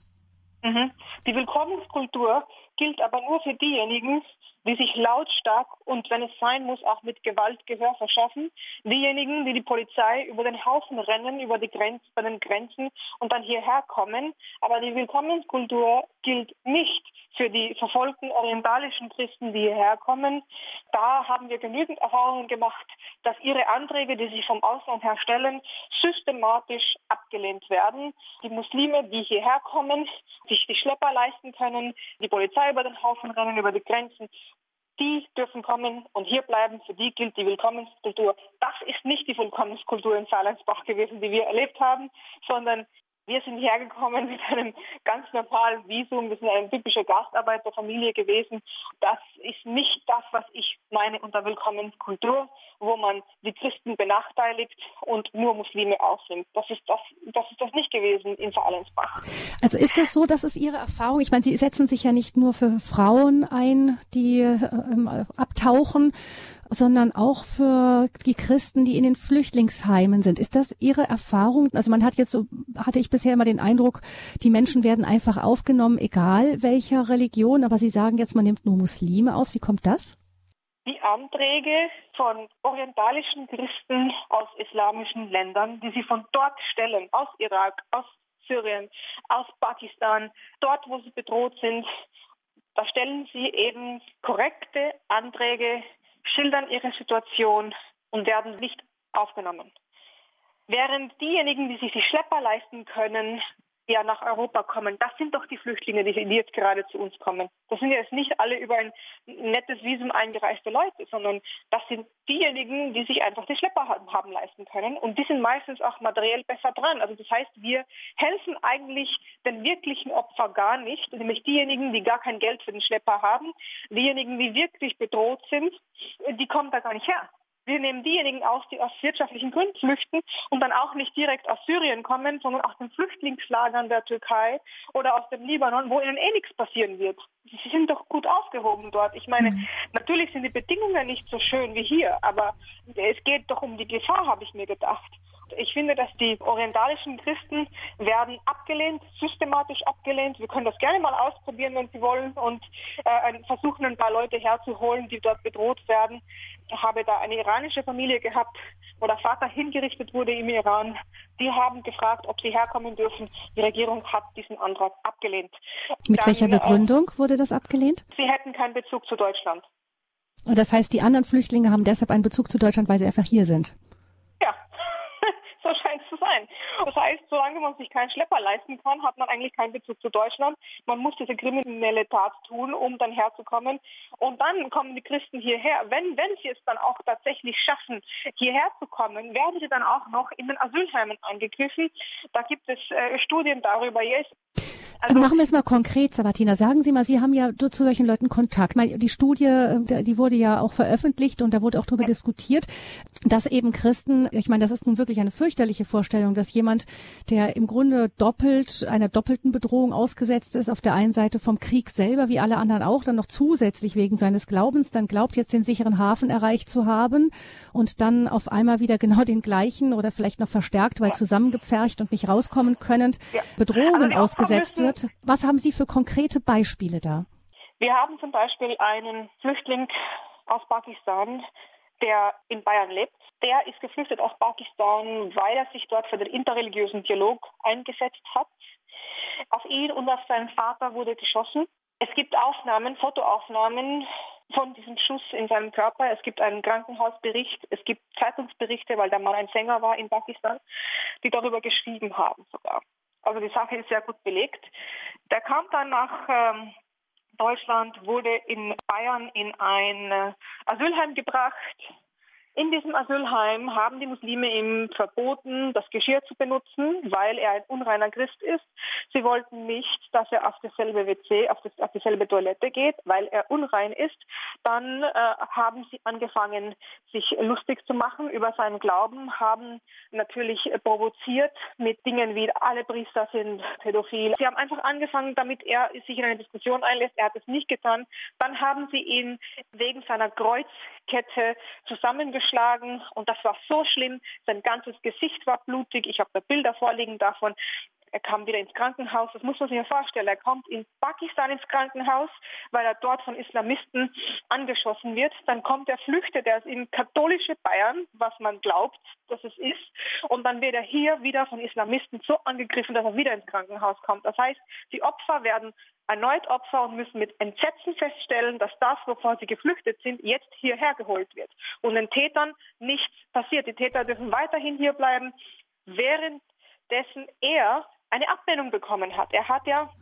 [SPEAKER 2] Die Willkommenskultur gilt aber nur für diejenigen, die sich lautstark und, wenn es sein muss, auch mit Gewalt Gehör verschaffen. Diejenigen, die die Polizei über den Haufen rennen, bei den Grenzen und dann hierher kommen. Aber die Willkommenskultur gilt nicht für die verfolgten orientalischen Christen, die hierher kommen. Da haben wir genügend Erfahrungen gemacht, dass ihre Anträge, die sie vom Ausland her stellen, systematisch abgelehnt werden. Die Muslime, die hierher kommen, sich die Schlepper leisten können, die Polizei über den Haufen rennen, über die Grenzen, die dürfen kommen und hier bleiben. Für die gilt die Willkommenskultur. Das ist nicht die Willkommenskultur in Salensbach gewesen, die wir erlebt haben, sondern wir sind hergekommen mit einem ganz normalen Visum. Wir sind eine typische Gastarbeiterfamilie gewesen. Das ist nicht das, was ich meine unter Willkommenskultur, wo man die Christen benachteiligt und nur Muslime aufnimmt. Das ist das nicht gewesen in Salensbach.
[SPEAKER 1] Also ist das so, dass es Ihre Erfahrung, ich meine, Sie setzen sich ja nicht nur für Frauen ein, die abtauchen, sondern auch für die Christen, die in den Flüchtlingsheimen sind. Ist das Ihre Erfahrung? Also hatte ich bisher immer den Eindruck, die Menschen werden einfach aufgenommen, egal welcher Religion, aber Sie sagen jetzt, man nimmt nur Muslime aus. Wie kommt das?
[SPEAKER 2] Die Anträge von orientalischen Christen aus islamischen Ländern, die sie von dort stellen, aus Irak, aus Syrien, aus Pakistan, dort, wo sie bedroht sind, da stellen sie eben korrekte Anträge, schildern ihre Situation und werden nicht aufgenommen. Während diejenigen, die sich die Schlepper leisten können, ja nach Europa kommen, das sind doch die Flüchtlinge, die jetzt gerade zu uns kommen. Das sind ja jetzt nicht alle über ein nettes Visum eingereiste Leute, sondern das sind diejenigen, die sich einfach die Schlepper haben leisten können und die sind meistens auch materiell besser dran. Also das heißt, wir helfen eigentlich den wirklichen Opfern gar nicht, nämlich diejenigen, die gar kein Geld für den Schlepper haben, diejenigen, die wirklich bedroht sind, die kommen da gar nicht her. Wir nehmen diejenigen aus, die aus wirtschaftlichen Gründen flüchten und dann auch nicht direkt aus Syrien kommen, sondern aus den Flüchtlingslagern der Türkei oder aus dem Libanon, wo ihnen nichts passieren wird. Sie sind doch gut aufgehoben dort. Ich meine, natürlich sind die Bedingungen nicht so schön wie hier, aber es geht doch um die Gefahr, habe ich mir gedacht. Ich finde, dass die orientalischen Christen werden abgelehnt, systematisch abgelehnt. Wir können das gerne mal ausprobieren, wenn Sie wollen, und versuchen, ein paar Leute herzuholen, die dort bedroht werden. Ich habe da eine iranische Familie gehabt, wo der Vater hingerichtet wurde im Iran. Die haben gefragt, ob sie herkommen dürfen. Die Regierung hat diesen Antrag abgelehnt.
[SPEAKER 1] Mit welcher Begründung wurde das abgelehnt?
[SPEAKER 2] Sie hätten keinen Bezug zu Deutschland.
[SPEAKER 1] Und das heißt, die anderen Flüchtlinge haben deshalb einen Bezug zu Deutschland, weil sie einfach hier sind?
[SPEAKER 2] Ja. So scheint es zu sein. Das heißt, solange man sich keinen Schlepper leisten kann, hat man eigentlich keinen Bezug zu Deutschland. Man muss diese kriminelle Tat tun, um dann herzukommen. Und dann kommen die Christen hierher. Wenn sie es dann auch tatsächlich schaffen, hierher zu kommen, werden sie dann auch noch in den Asylheimen angegriffen. Da gibt es Studien darüber.
[SPEAKER 1] Also, machen wir es mal konkret, Sabatina. Sagen Sie mal, Sie haben ja zu solchen Leuten Kontakt. Die Studie, die wurde ja auch veröffentlicht und da wurde auch darüber diskutiert, dass eben Christen, ich meine, das ist nun wirklich eine fürchterliche Vorstellung, dass jemand, der im Grunde einer doppelten Bedrohung ausgesetzt ist, auf der einen Seite vom Krieg selber, wie alle anderen auch, dann noch zusätzlich wegen seines Glaubens, dann glaubt, jetzt den sicheren Hafen erreicht zu haben und dann auf einmal wieder genau den gleichen oder vielleicht noch verstärkt, weil zusammengepfercht und nicht rauskommen können, Bedrohungen ausgesetzt wird. Was haben Sie für konkrete Beispiele da?
[SPEAKER 2] Wir haben zum Beispiel einen Flüchtling aus Pakistan, der in Bayern lebt. Der ist geflüchtet aus Pakistan, weil er sich dort für den interreligiösen Dialog eingesetzt hat. Auf ihn und auf seinen Vater wurde geschossen. Es gibt Fotoaufnahmen von diesem Schuss in seinem Körper. Es gibt einen Krankenhausbericht. Es gibt Zeitungsberichte, weil der Mann ein Sänger war in Pakistan, die darüber geschrieben haben sogar. Also die Sache ist sehr gut belegt. Der kam dann nach Deutschland, wurde in Bayern in ein Asylheim gebracht. In diesem Asylheim haben die Muslime ihm verboten, das Geschirr zu benutzen, weil er ein unreiner Christ ist. Sie wollten nicht, dass er auf dasselbe WC, auf dieselbe Toilette geht, weil er unrein ist. Dann haben sie angefangen, sich lustig zu machen über seinen Glauben, haben natürlich provoziert mit Dingen wie alle Priester sind pädophil. Sie haben einfach angefangen, damit er sich in eine Diskussion einlässt. Er hat es nicht getan. Dann haben sie ihn wegen seiner Kreuzkette zusammengeschlagen und das war so schlimm. Sein ganzes Gesicht war blutig. Ich habe da Bilder vorliegen davon. Er kam wieder ins Krankenhaus. Das muss man sich ja vorstellen. Er kommt in Pakistan ins Krankenhaus, weil er dort von Islamisten angeschossen wird. Dann flüchtet er in katholische Bayern, was man glaubt, dass es ist. Und dann wird er hier wieder von Islamisten so angegriffen, dass er wieder ins Krankenhaus kommt. Das heißt, die Opfer werden erneut Opfer und müssen mit Entsetzen feststellen, dass das, wovor sie geflüchtet sind, jetzt hierher geholt wird. Und den Tätern nichts passiert. Die Täter dürfen weiterhin hier bleiben, währenddessen er eine Ablehnung bekommen hat. Er hat ja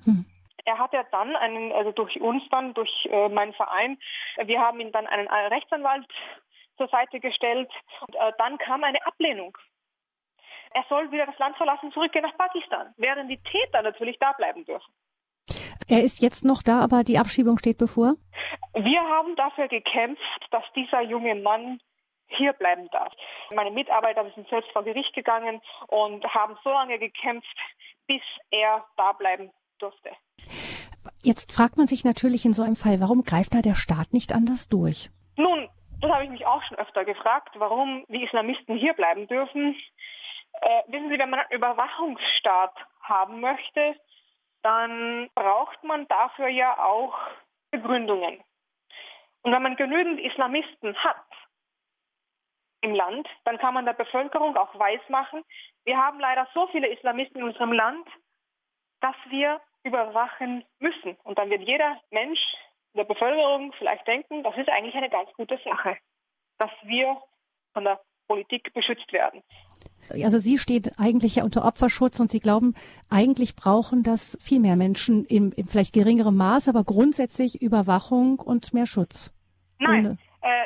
[SPEAKER 2] dann durch meinen Verein, wir haben ihm dann einen Rechtsanwalt zur Seite gestellt und dann kam eine Ablehnung. Er soll wieder das Land verlassen, zurückgehen nach Pakistan, während die Täter natürlich da bleiben dürfen.
[SPEAKER 1] Er ist jetzt noch da, aber die Abschiebung steht bevor?
[SPEAKER 2] Wir haben dafür gekämpft, dass dieser junge Mann hier bleiben darf. Meine Mitarbeiter sind selbst vor Gericht gegangen und haben so lange gekämpft, bis er da bleiben durfte.
[SPEAKER 1] Jetzt fragt man sich natürlich in so einem Fall, warum greift da der Staat nicht anders durch?
[SPEAKER 2] Nun, das habe ich mich auch schon öfter gefragt, warum die Islamisten hier bleiben dürfen. Wissen Sie, wenn man einen Überwachungsstaat haben möchte, dann braucht man dafür ja auch Begründungen. Und wenn man genügend Islamisten hat im Land, dann kann man der Bevölkerung auch weismachen, wir haben leider so viele Islamisten in unserem Land, dass wir überwachen müssen. Und dann wird jeder Mensch in der Bevölkerung vielleicht denken, das ist eigentlich eine ganz gute Sache, dass wir von der Politik beschützt werden.
[SPEAKER 1] Also Sie stehen eigentlich ja unter Opferschutz und Sie glauben, eigentlich brauchen das viel mehr Menschen im vielleicht geringerem Maß, aber grundsätzlich Überwachung und mehr Schutz.
[SPEAKER 2] Nein,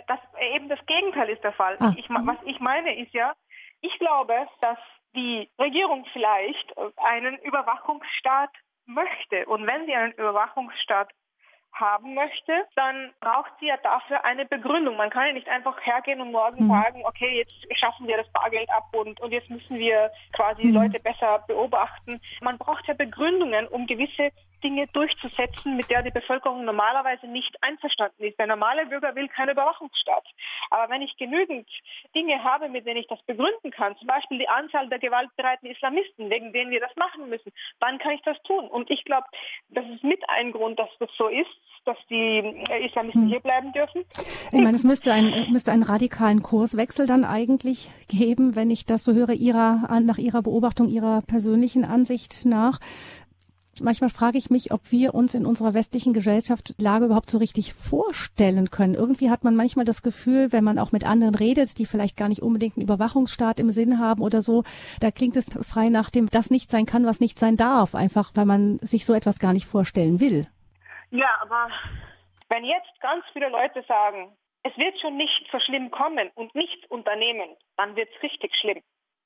[SPEAKER 2] eben das Gegenteil ist der Fall. Was ich meine ist ja, ich glaube, dass die Regierung vielleicht einen Überwachungsstaat möchte. Und wenn sie einen Überwachungsstaat haben möchte, dann braucht sie ja dafür eine Begründung. Man kann ja nicht einfach hergehen und morgen sagen, okay, jetzt schaffen wir das Bargeld ab und jetzt müssen wir quasi Leute besser beobachten. Man braucht ja Begründungen, um gewisse Dinge durchzusetzen, mit der die Bevölkerung normalerweise nicht einverstanden ist. Der normale Bürger will keinen Überwachungsstaat. Aber wenn ich genügend Dinge habe, mit denen ich das begründen kann, zum Beispiel die Anzahl der gewaltbereiten Islamisten, wegen denen wir das machen müssen, dann kann ich das tun. Und ich glaube, das ist mit ein Grund, dass das so ist, dass die Islamisten hier bleiben dürfen.
[SPEAKER 1] Ich meine, es müsste einen radikalen Kurswechsel dann eigentlich geben, wenn ich das so höre, nach Ihrer Beobachtung, Ihrer persönlichen Ansicht nach. Manchmal frage ich mich, ob wir uns in unserer westlichen Gesellschaft Lage überhaupt so richtig vorstellen können. Irgendwie hat man manchmal das Gefühl, wenn man auch mit anderen redet, die vielleicht gar nicht unbedingt einen Überwachungsstaat im Sinn haben oder so, da klingt es frei nach dem, das nicht sein kann, was nicht sein darf, einfach weil man sich so etwas gar nicht vorstellen will.
[SPEAKER 2] Ja, aber wenn jetzt ganz viele Leute sagen, es wird schon nicht so schlimm kommen und nichts unternehmen, dann wird es richtig schlimm.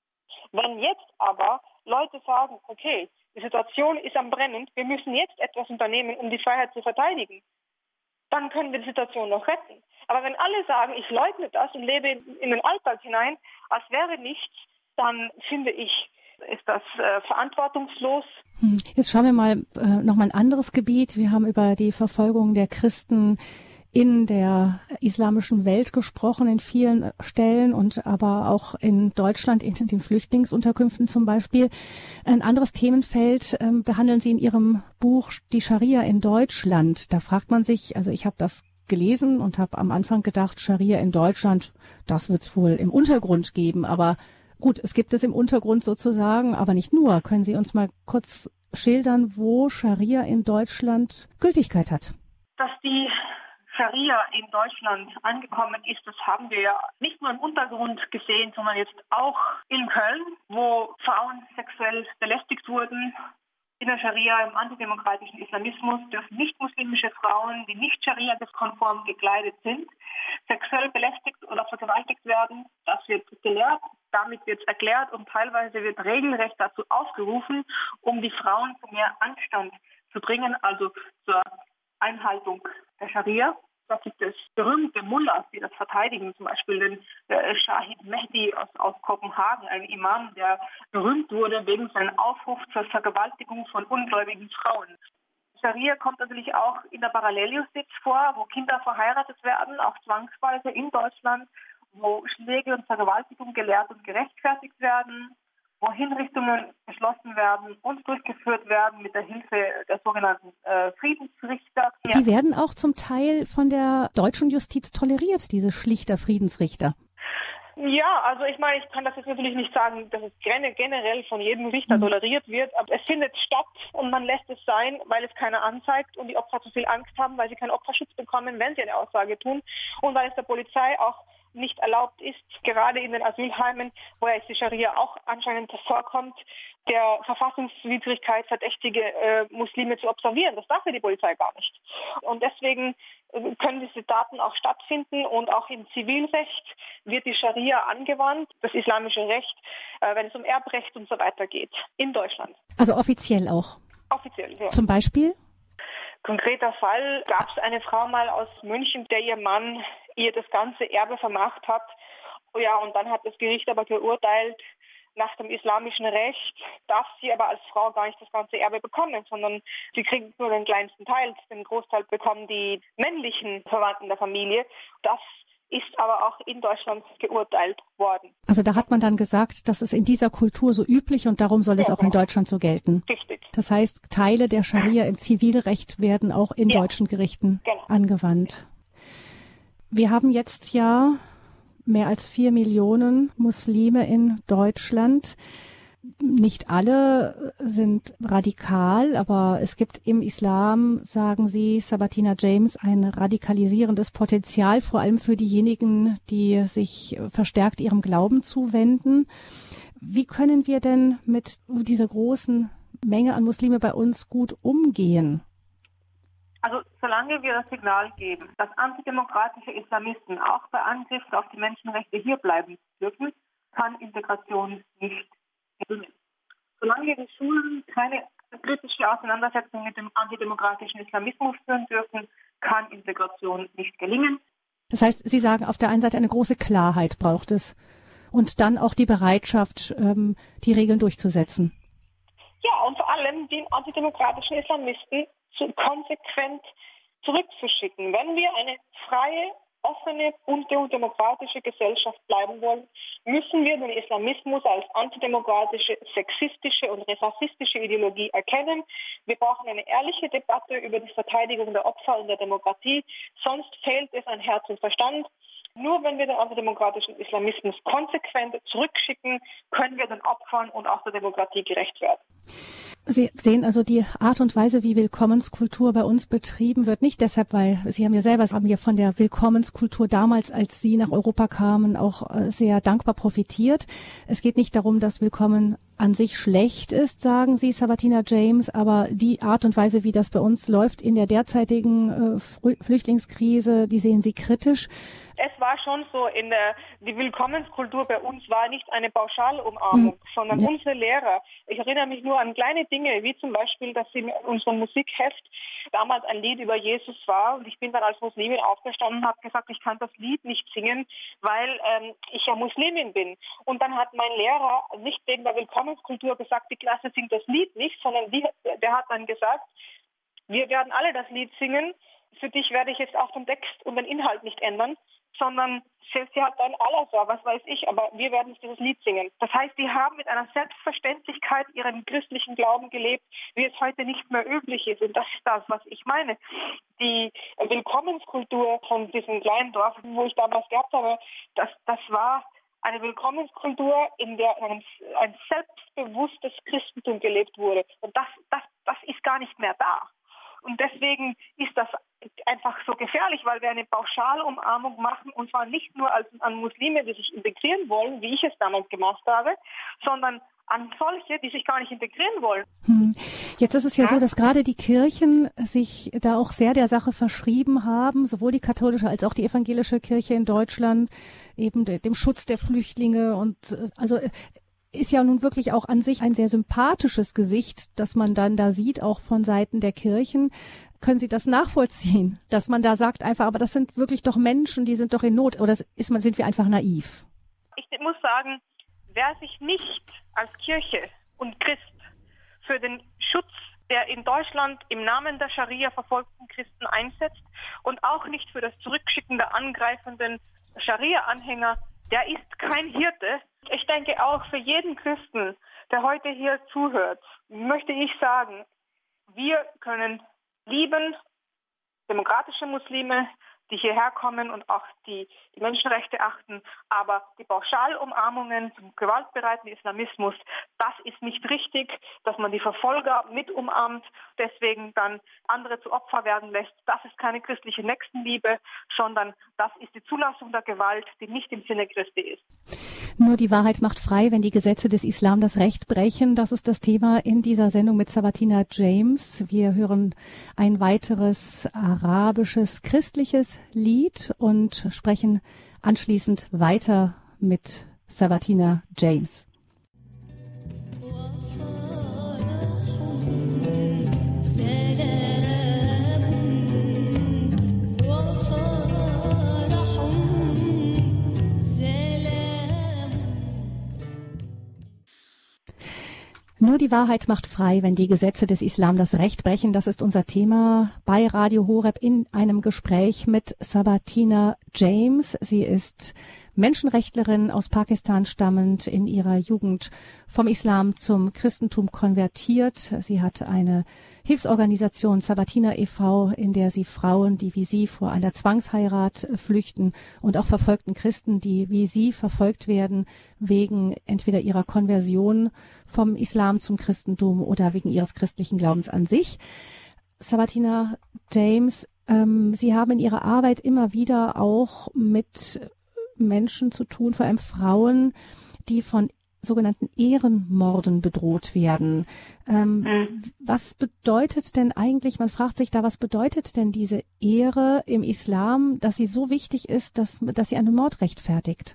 [SPEAKER 2] Wenn jetzt aber Leute sagen, okay, die Situation ist am Brennen, wir müssen jetzt etwas unternehmen, um die Freiheit zu verteidigen, dann können wir die Situation noch retten. Aber wenn alle sagen, ich leugne das und lebe in den Alltag hinein, als wäre nichts, dann finde ich, ist das verantwortungslos.
[SPEAKER 1] Jetzt schauen wir mal noch mal ein anderes Gebiet. Wir haben über die Verfolgung der Christen in der islamischen Welt gesprochen, in vielen Stellen und aber auch in Deutschland, in den Flüchtlingsunterkünften zum Beispiel. Ein anderes Themenfeld behandeln Sie in Ihrem Buch Die Scharia in Deutschland. Da fragt man sich, also ich habe das gelesen und habe am Anfang gedacht, Scharia in Deutschland, das wird es wohl im Untergrund geben. Aber gut, es gibt es im Untergrund sozusagen, aber nicht nur. Können Sie uns mal kurz schildern, wo Scharia in Deutschland Gültigkeit hat?
[SPEAKER 2] Dass die Scharia in Deutschland angekommen ist, das haben wir ja nicht nur im Untergrund gesehen, sondern jetzt auch in Köln, wo Frauen sexuell belästigt wurden In der Scharia, im antidemokratischen Islamismus, dürfen nicht-muslimische Frauen, die nicht Scharia-konform gekleidet sind, sexuell belästigt oder vergewaltigt werden. Das wird gelehrt, damit wird es erklärt und teilweise wird regelrecht dazu aufgerufen, um die Frauen zu mehr Anstand zu bringen, also zur Einhaltung der Scharia. Da gibt es berühmte Mullahs, die das verteidigen, zum Beispiel den Shahid Mehdi aus Kopenhagen, ein Imam, der berühmt wurde wegen seinem Aufruf zur Vergewaltigung von ungläubigen Frauen. Scharia kommt natürlich auch in der Paralleljustiz vor, wo Kinder verheiratet werden, auch zwangsweise in Deutschland, wo Schläge und Vergewaltigung gelehrt und gerechtfertigt werden, wo Hinrichtungen beschlossen werden und durchgeführt werden mit der Hilfe der sogenannten Friedensrichter.
[SPEAKER 1] Die werden auch zum Teil von der deutschen Justiz toleriert, diese Schlichter, Friedensrichter.
[SPEAKER 2] Ja, also ich meine, ich kann das jetzt natürlich nicht sagen, dass es generell von jedem Richter toleriert wird, aber es findet statt und man lässt es sein, weil es keiner anzeigt und die Opfer zu viel Angst haben, weil sie keinen Opferschutz bekommen, wenn sie eine Aussage tun und weil es der Polizei auch nicht erlaubt ist, gerade in den Asylheimen, wo ja die Scharia auch anscheinend vorkommt, der Verfassungswidrigkeit verdächtige Muslime zu observieren. Das darf ja die Polizei gar nicht. Und deswegen können diese Daten auch stattfinden und auch im Zivilrecht wird die Scharia angewandt, das islamische Recht, wenn es um Erbrecht und so weiter geht, in Deutschland.
[SPEAKER 1] Also offiziell auch?
[SPEAKER 2] Offiziell, ja.
[SPEAKER 1] Zum Beispiel?
[SPEAKER 2] Konkreter Fall gab es eine Frau mal aus München, der ihr Mann ihr das ganze Erbe vermacht hat. Ja, und dann hat das Gericht aber geurteilt, nach dem islamischen Recht darf sie aber als Frau gar nicht das ganze Erbe bekommen, sondern sie kriegt nur den kleinsten Teil. Den Großteil bekommen die männlichen Verwandten der Familie. Das ist aber auch in Deutschland geurteilt worden.
[SPEAKER 1] Also da hat man dann gesagt, das ist in dieser Kultur so üblich und darum soll es auch in Deutschland so gelten.
[SPEAKER 2] Richtig.
[SPEAKER 1] Das heißt, Teile der Scharia im Zivilrecht werden auch in deutschen Gerichten angewandt. Wir haben jetzt ja mehr als 4 Millionen Muslime in Deutschland. Nicht alle sind radikal, aber es gibt im Islam, sagen Sie, Sabatina James, ein radikalisierendes Potenzial, vor allem für diejenigen, die sich verstärkt ihrem Glauben zuwenden. Wie können wir denn mit dieser großen Menge an Muslime bei uns gut umgehen?
[SPEAKER 2] Also solange wir das Signal geben, dass antidemokratische Islamisten auch bei Angriffen auf die Menschenrechte hier bleiben dürfen, kann Integration nicht gelingen. Solange die Schulen keine kritische Auseinandersetzung mit dem antidemokratischen Islamismus führen dürfen, kann Integration nicht gelingen.
[SPEAKER 1] Das heißt, Sie sagen, auf der einen Seite eine große Klarheit braucht es und dann auch die Bereitschaft, die Regeln durchzusetzen.
[SPEAKER 2] Ja, und vor allem den antidemokratischen Islamisten konsequent zurückzuschicken. Wenn wir eine freie, offene, bunte und demokratische Gesellschaft bleiben wollen, müssen wir den Islamismus als antidemokratische, sexistische und rassistische Ideologie erkennen. Wir brauchen eine ehrliche Debatte über die Verteidigung der Opfer und der Demokratie. Sonst fehlt es an Herz und Verstand. Nur wenn wir den antidemokratischen Islamismus konsequent zurückschicken, können wir den Opfern und auch der Demokratie gerecht werden.
[SPEAKER 1] Sie sehen also die Art und Weise, wie Willkommenskultur bei uns betrieben wird, nicht deshalb, weil Sie haben ja von der Willkommenskultur damals, als Sie nach Europa kamen, auch sehr dankbar profitiert. Es geht nicht darum, dass Willkommen an sich schlecht ist, sagen Sie, Sabatina James, aber die Art und Weise, wie das bei uns läuft in der derzeitigen Flüchtlingskrise, die sehen Sie kritisch.
[SPEAKER 2] Es war schon so, die Willkommenskultur bei uns war nicht eine Pauschalumarmung, sondern unsere Lehrer. Ich erinnere mich nur an kleine Dinge, wie zum Beispiel, dass sie in unserem Musikheft damals ein Lied über Jesus war und ich bin dann als Muslimin aufgestanden und habe gesagt, ich kann das Lied nicht singen, weil ich ja Muslimin bin. Und dann hat mein Lehrer nicht wegen der Willkommenskultur gesagt, die Klasse singt das Lied nicht, sondern der hat dann gesagt, wir werden alle das Lied singen, für dich werde ich jetzt auch den Text und den Inhalt nicht ändern, sondern sie hat dann Allah, was weiß ich, aber wir werden dieses Lied singen. Das heißt, die haben mit einer Selbstverständlichkeit ihren christlichen Glauben gelebt, wie es heute nicht mehr üblich ist. Und das ist das, was ich meine. Die Willkommenskultur von diesem kleinen Dorf, wo ich damals gehabt habe, das war eine Willkommenskultur, in der ein selbstbewusstes Christentum gelebt wurde. Und das ist gar nicht mehr da. Und deswegen ist das einfach so gefährlich, weil wir eine Pauschalumarmung machen, und zwar nicht nur an Muslime, die sich integrieren wollen, wie ich es damals gemacht habe, sondern an solche, die sich gar nicht integrieren wollen.
[SPEAKER 1] Jetzt ist es ja so, dass gerade die Kirchen sich da auch sehr der Sache verschrieben haben, sowohl die katholische als auch die evangelische Kirche in Deutschland, eben dem Schutz der Flüchtlinge und also ist ja nun wirklich auch an sich ein sehr sympathisches Gesicht, das man dann da sieht, auch von Seiten der Kirchen. Können Sie das nachvollziehen, dass man da sagt einfach, aber das sind wirklich doch Menschen, die sind doch in Not, oder sind wir einfach naiv?
[SPEAKER 2] Ich muss sagen, wer sich nicht als Kirche und Christ für den Schutz der in Deutschland im Namen der Scharia verfolgten Christen einsetzt und auch nicht für das Zurückschicken der angreifenden Scharia-Anhänger, der ist kein Hirte. Ich denke auch für jeden Christen, der heute hier zuhört, möchte ich sagen, wir können lieben demokratische Muslime, die hierher kommen und auch die Menschenrechte achten, aber die Pauschalumarmungen zum gewaltbereiten Islamismus, das ist nicht richtig, dass man die Verfolger mit umarmt, deswegen dann andere zu Opfer werden lässt. Das ist keine christliche Nächstenliebe, sondern das ist die Zulassung der Gewalt, die nicht im Sinne Christi ist.
[SPEAKER 1] Nur die Wahrheit macht frei, wenn die Gesetze des Islam das Recht brechen. Das ist das Thema in dieser Sendung mit Sabatina James. Wir hören ein weiteres arabisches, christliches Lied und sprechen anschließend weiter mit Sabatina James. Nur die Wahrheit macht frei, wenn die Gesetze des Islam das Recht brechen. Das ist unser Thema bei Radio Horeb in einem Gespräch mit Sabatina James. Sie ist Menschenrechtlerin aus Pakistan stammend, in ihrer Jugend vom Islam zum Christentum konvertiert. Sie hat eine Hilfsorganisation Sabatina e.V., in der sie Frauen, die wie sie vor einer Zwangsheirat flüchten und auch verfolgten Christen, die wie sie verfolgt werden wegen entweder ihrer Konversion vom Islam zum Christentum oder wegen ihres christlichen Glaubens an sich. Sabatina James, Sie haben in Ihrer Arbeit immer wieder auch mit Menschen zu tun, vor allem Frauen, die von sogenannten Ehrenmorden bedroht werden. Was bedeutet denn eigentlich, man fragt sich da, was bedeutet denn diese Ehre im Islam, dass sie so wichtig ist, dass sie einen Mord rechtfertigt?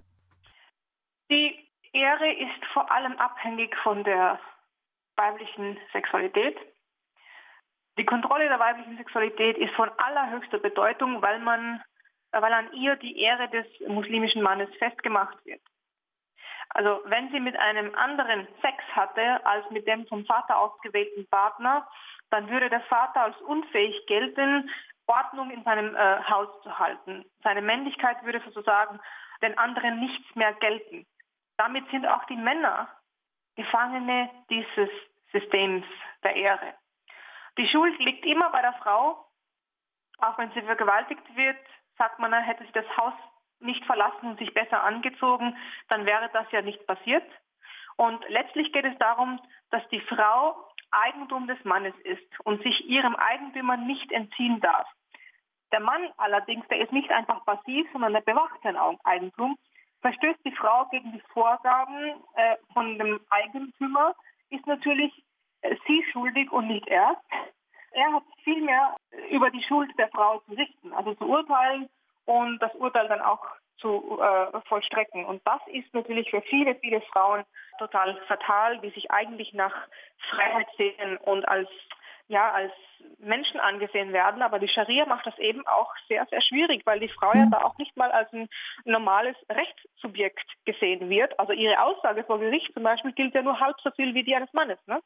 [SPEAKER 2] Die Ehre ist vor allem abhängig von der weiblichen Sexualität. Die Kontrolle der weiblichen Sexualität ist von allerhöchster Bedeutung, weil an ihr die Ehre des muslimischen Mannes festgemacht wird. Also wenn sie mit einem anderen Sex hatte als mit dem vom Vater ausgewählten Partner, dann würde der Vater als unfähig gelten, Ordnung in seinem Haus zu halten. Seine Männlichkeit würde sozusagen den anderen nichts mehr gelten. Damit sind auch die Männer Gefangene dieses Systems der Ehre. Die Schuld liegt immer bei der Frau, auch wenn sie vergewaltigt wird. Sagt man, hätte sie das Haus nicht verlassen und sich besser angezogen, dann wäre das ja nicht passiert. Und letztlich geht es darum, dass die Frau Eigentum des Mannes ist und sich ihrem Eigentümer nicht entziehen darf. Der Mann allerdings, der ist nicht einfach passiv, sondern der bewacht sein Eigentum. Verstößt die Frau gegen die Vorgaben von dem Eigentümer, ist natürlich sie schuldig und nicht er. Er hat viel mehr über die Schuld der Frau zu richten, also zu urteilen und das Urteil dann auch zu vollstrecken. Und das ist natürlich für viele, viele Frauen total fatal, die sich eigentlich nach Freiheit sehen und als Menschen angesehen werden. Aber die Scharia macht das eben auch sehr, sehr schwierig, weil die Frau ja da auch nicht mal als ein normales Rechtssubjekt gesehen wird. Also ihre Aussage vor Gericht zum Beispiel gilt ja nur halb so viel wie die eines Mannes, ne?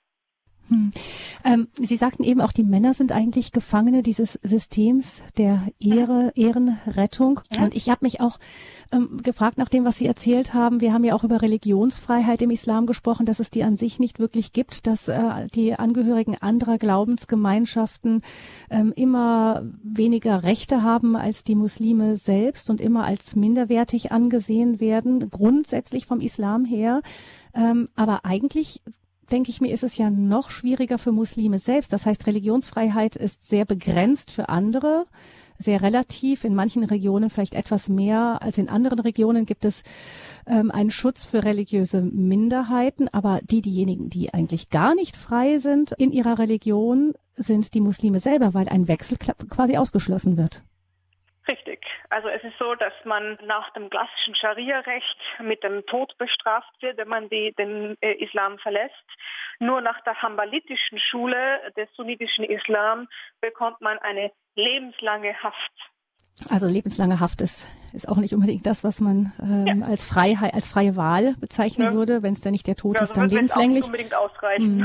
[SPEAKER 1] Sie sagten eben auch, die Männer sind eigentlich Gefangene dieses Systems der Ehrenrettung. Und ich habe mich auch gefragt nach dem, was Sie erzählt haben. Wir haben ja auch über Religionsfreiheit im Islam gesprochen, dass es die an sich nicht wirklich gibt, dass die Angehörigen anderer Glaubensgemeinschaften immer weniger Rechte haben als die Muslime selbst und immer als minderwertig angesehen werden, grundsätzlich vom Islam her. Aber eigentlich denke ich mir, ist es ja noch schwieriger für Muslime selbst. Das heißt, Religionsfreiheit ist sehr begrenzt für andere sehr relativ. In manchen Regionen vielleicht etwas mehr als in anderen Regionen gibt es einen Schutz für religiöse Minderheiten. Aber diejenigen, die eigentlich gar nicht frei sind in ihrer Religion, sind die Muslime selber, weil ein Wechsel quasi ausgeschlossen wird.
[SPEAKER 2] Richtig. Also es ist so, dass man nach dem klassischen Scharia-Recht mit dem Tod bestraft wird, wenn man den Islam verlässt. Nur nach der hambalitischen Schule des sunnitischen Islam bekommt man eine lebenslange Haft.
[SPEAKER 1] Also lebenslange Haft ist auch nicht unbedingt das, was man als freie Wahl bezeichnen würde. Wenn es dann nicht der Tod ist, dann lebenslänglich.
[SPEAKER 2] Auch nicht unbedingt ausreichen.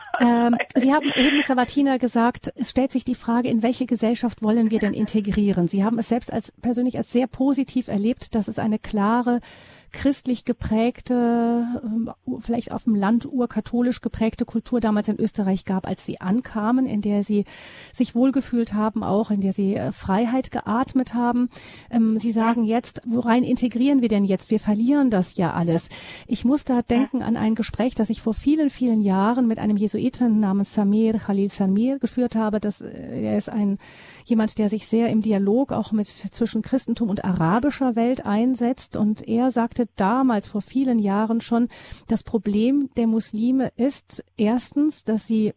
[SPEAKER 1] Sie haben eben, Miss Sabatina, gesagt, es stellt sich die Frage, in welche Gesellschaft wollen wir denn integrieren? Sie haben es selbst persönlich als sehr positiv erlebt, dass es eine klare, christlich geprägte, vielleicht auf dem Land urkatholisch geprägte Kultur damals in Österreich gab, als sie ankamen, in der sie sich wohlgefühlt haben, auch in der sie Freiheit geatmet haben. Sie sagen jetzt, worein integrieren wir denn jetzt? Wir verlieren das ja alles. Ich muss da denken an ein Gespräch, das ich vor vielen, vielen Jahren mit einem Jesuiten namens Khalil Samir geführt habe. Er ist jemand, der sich sehr im Dialog auch zwischen Christentum und arabischer Welt einsetzt, und er sagte damals vor vielen Jahren schon, das Problem der Muslime ist erstens, dass sie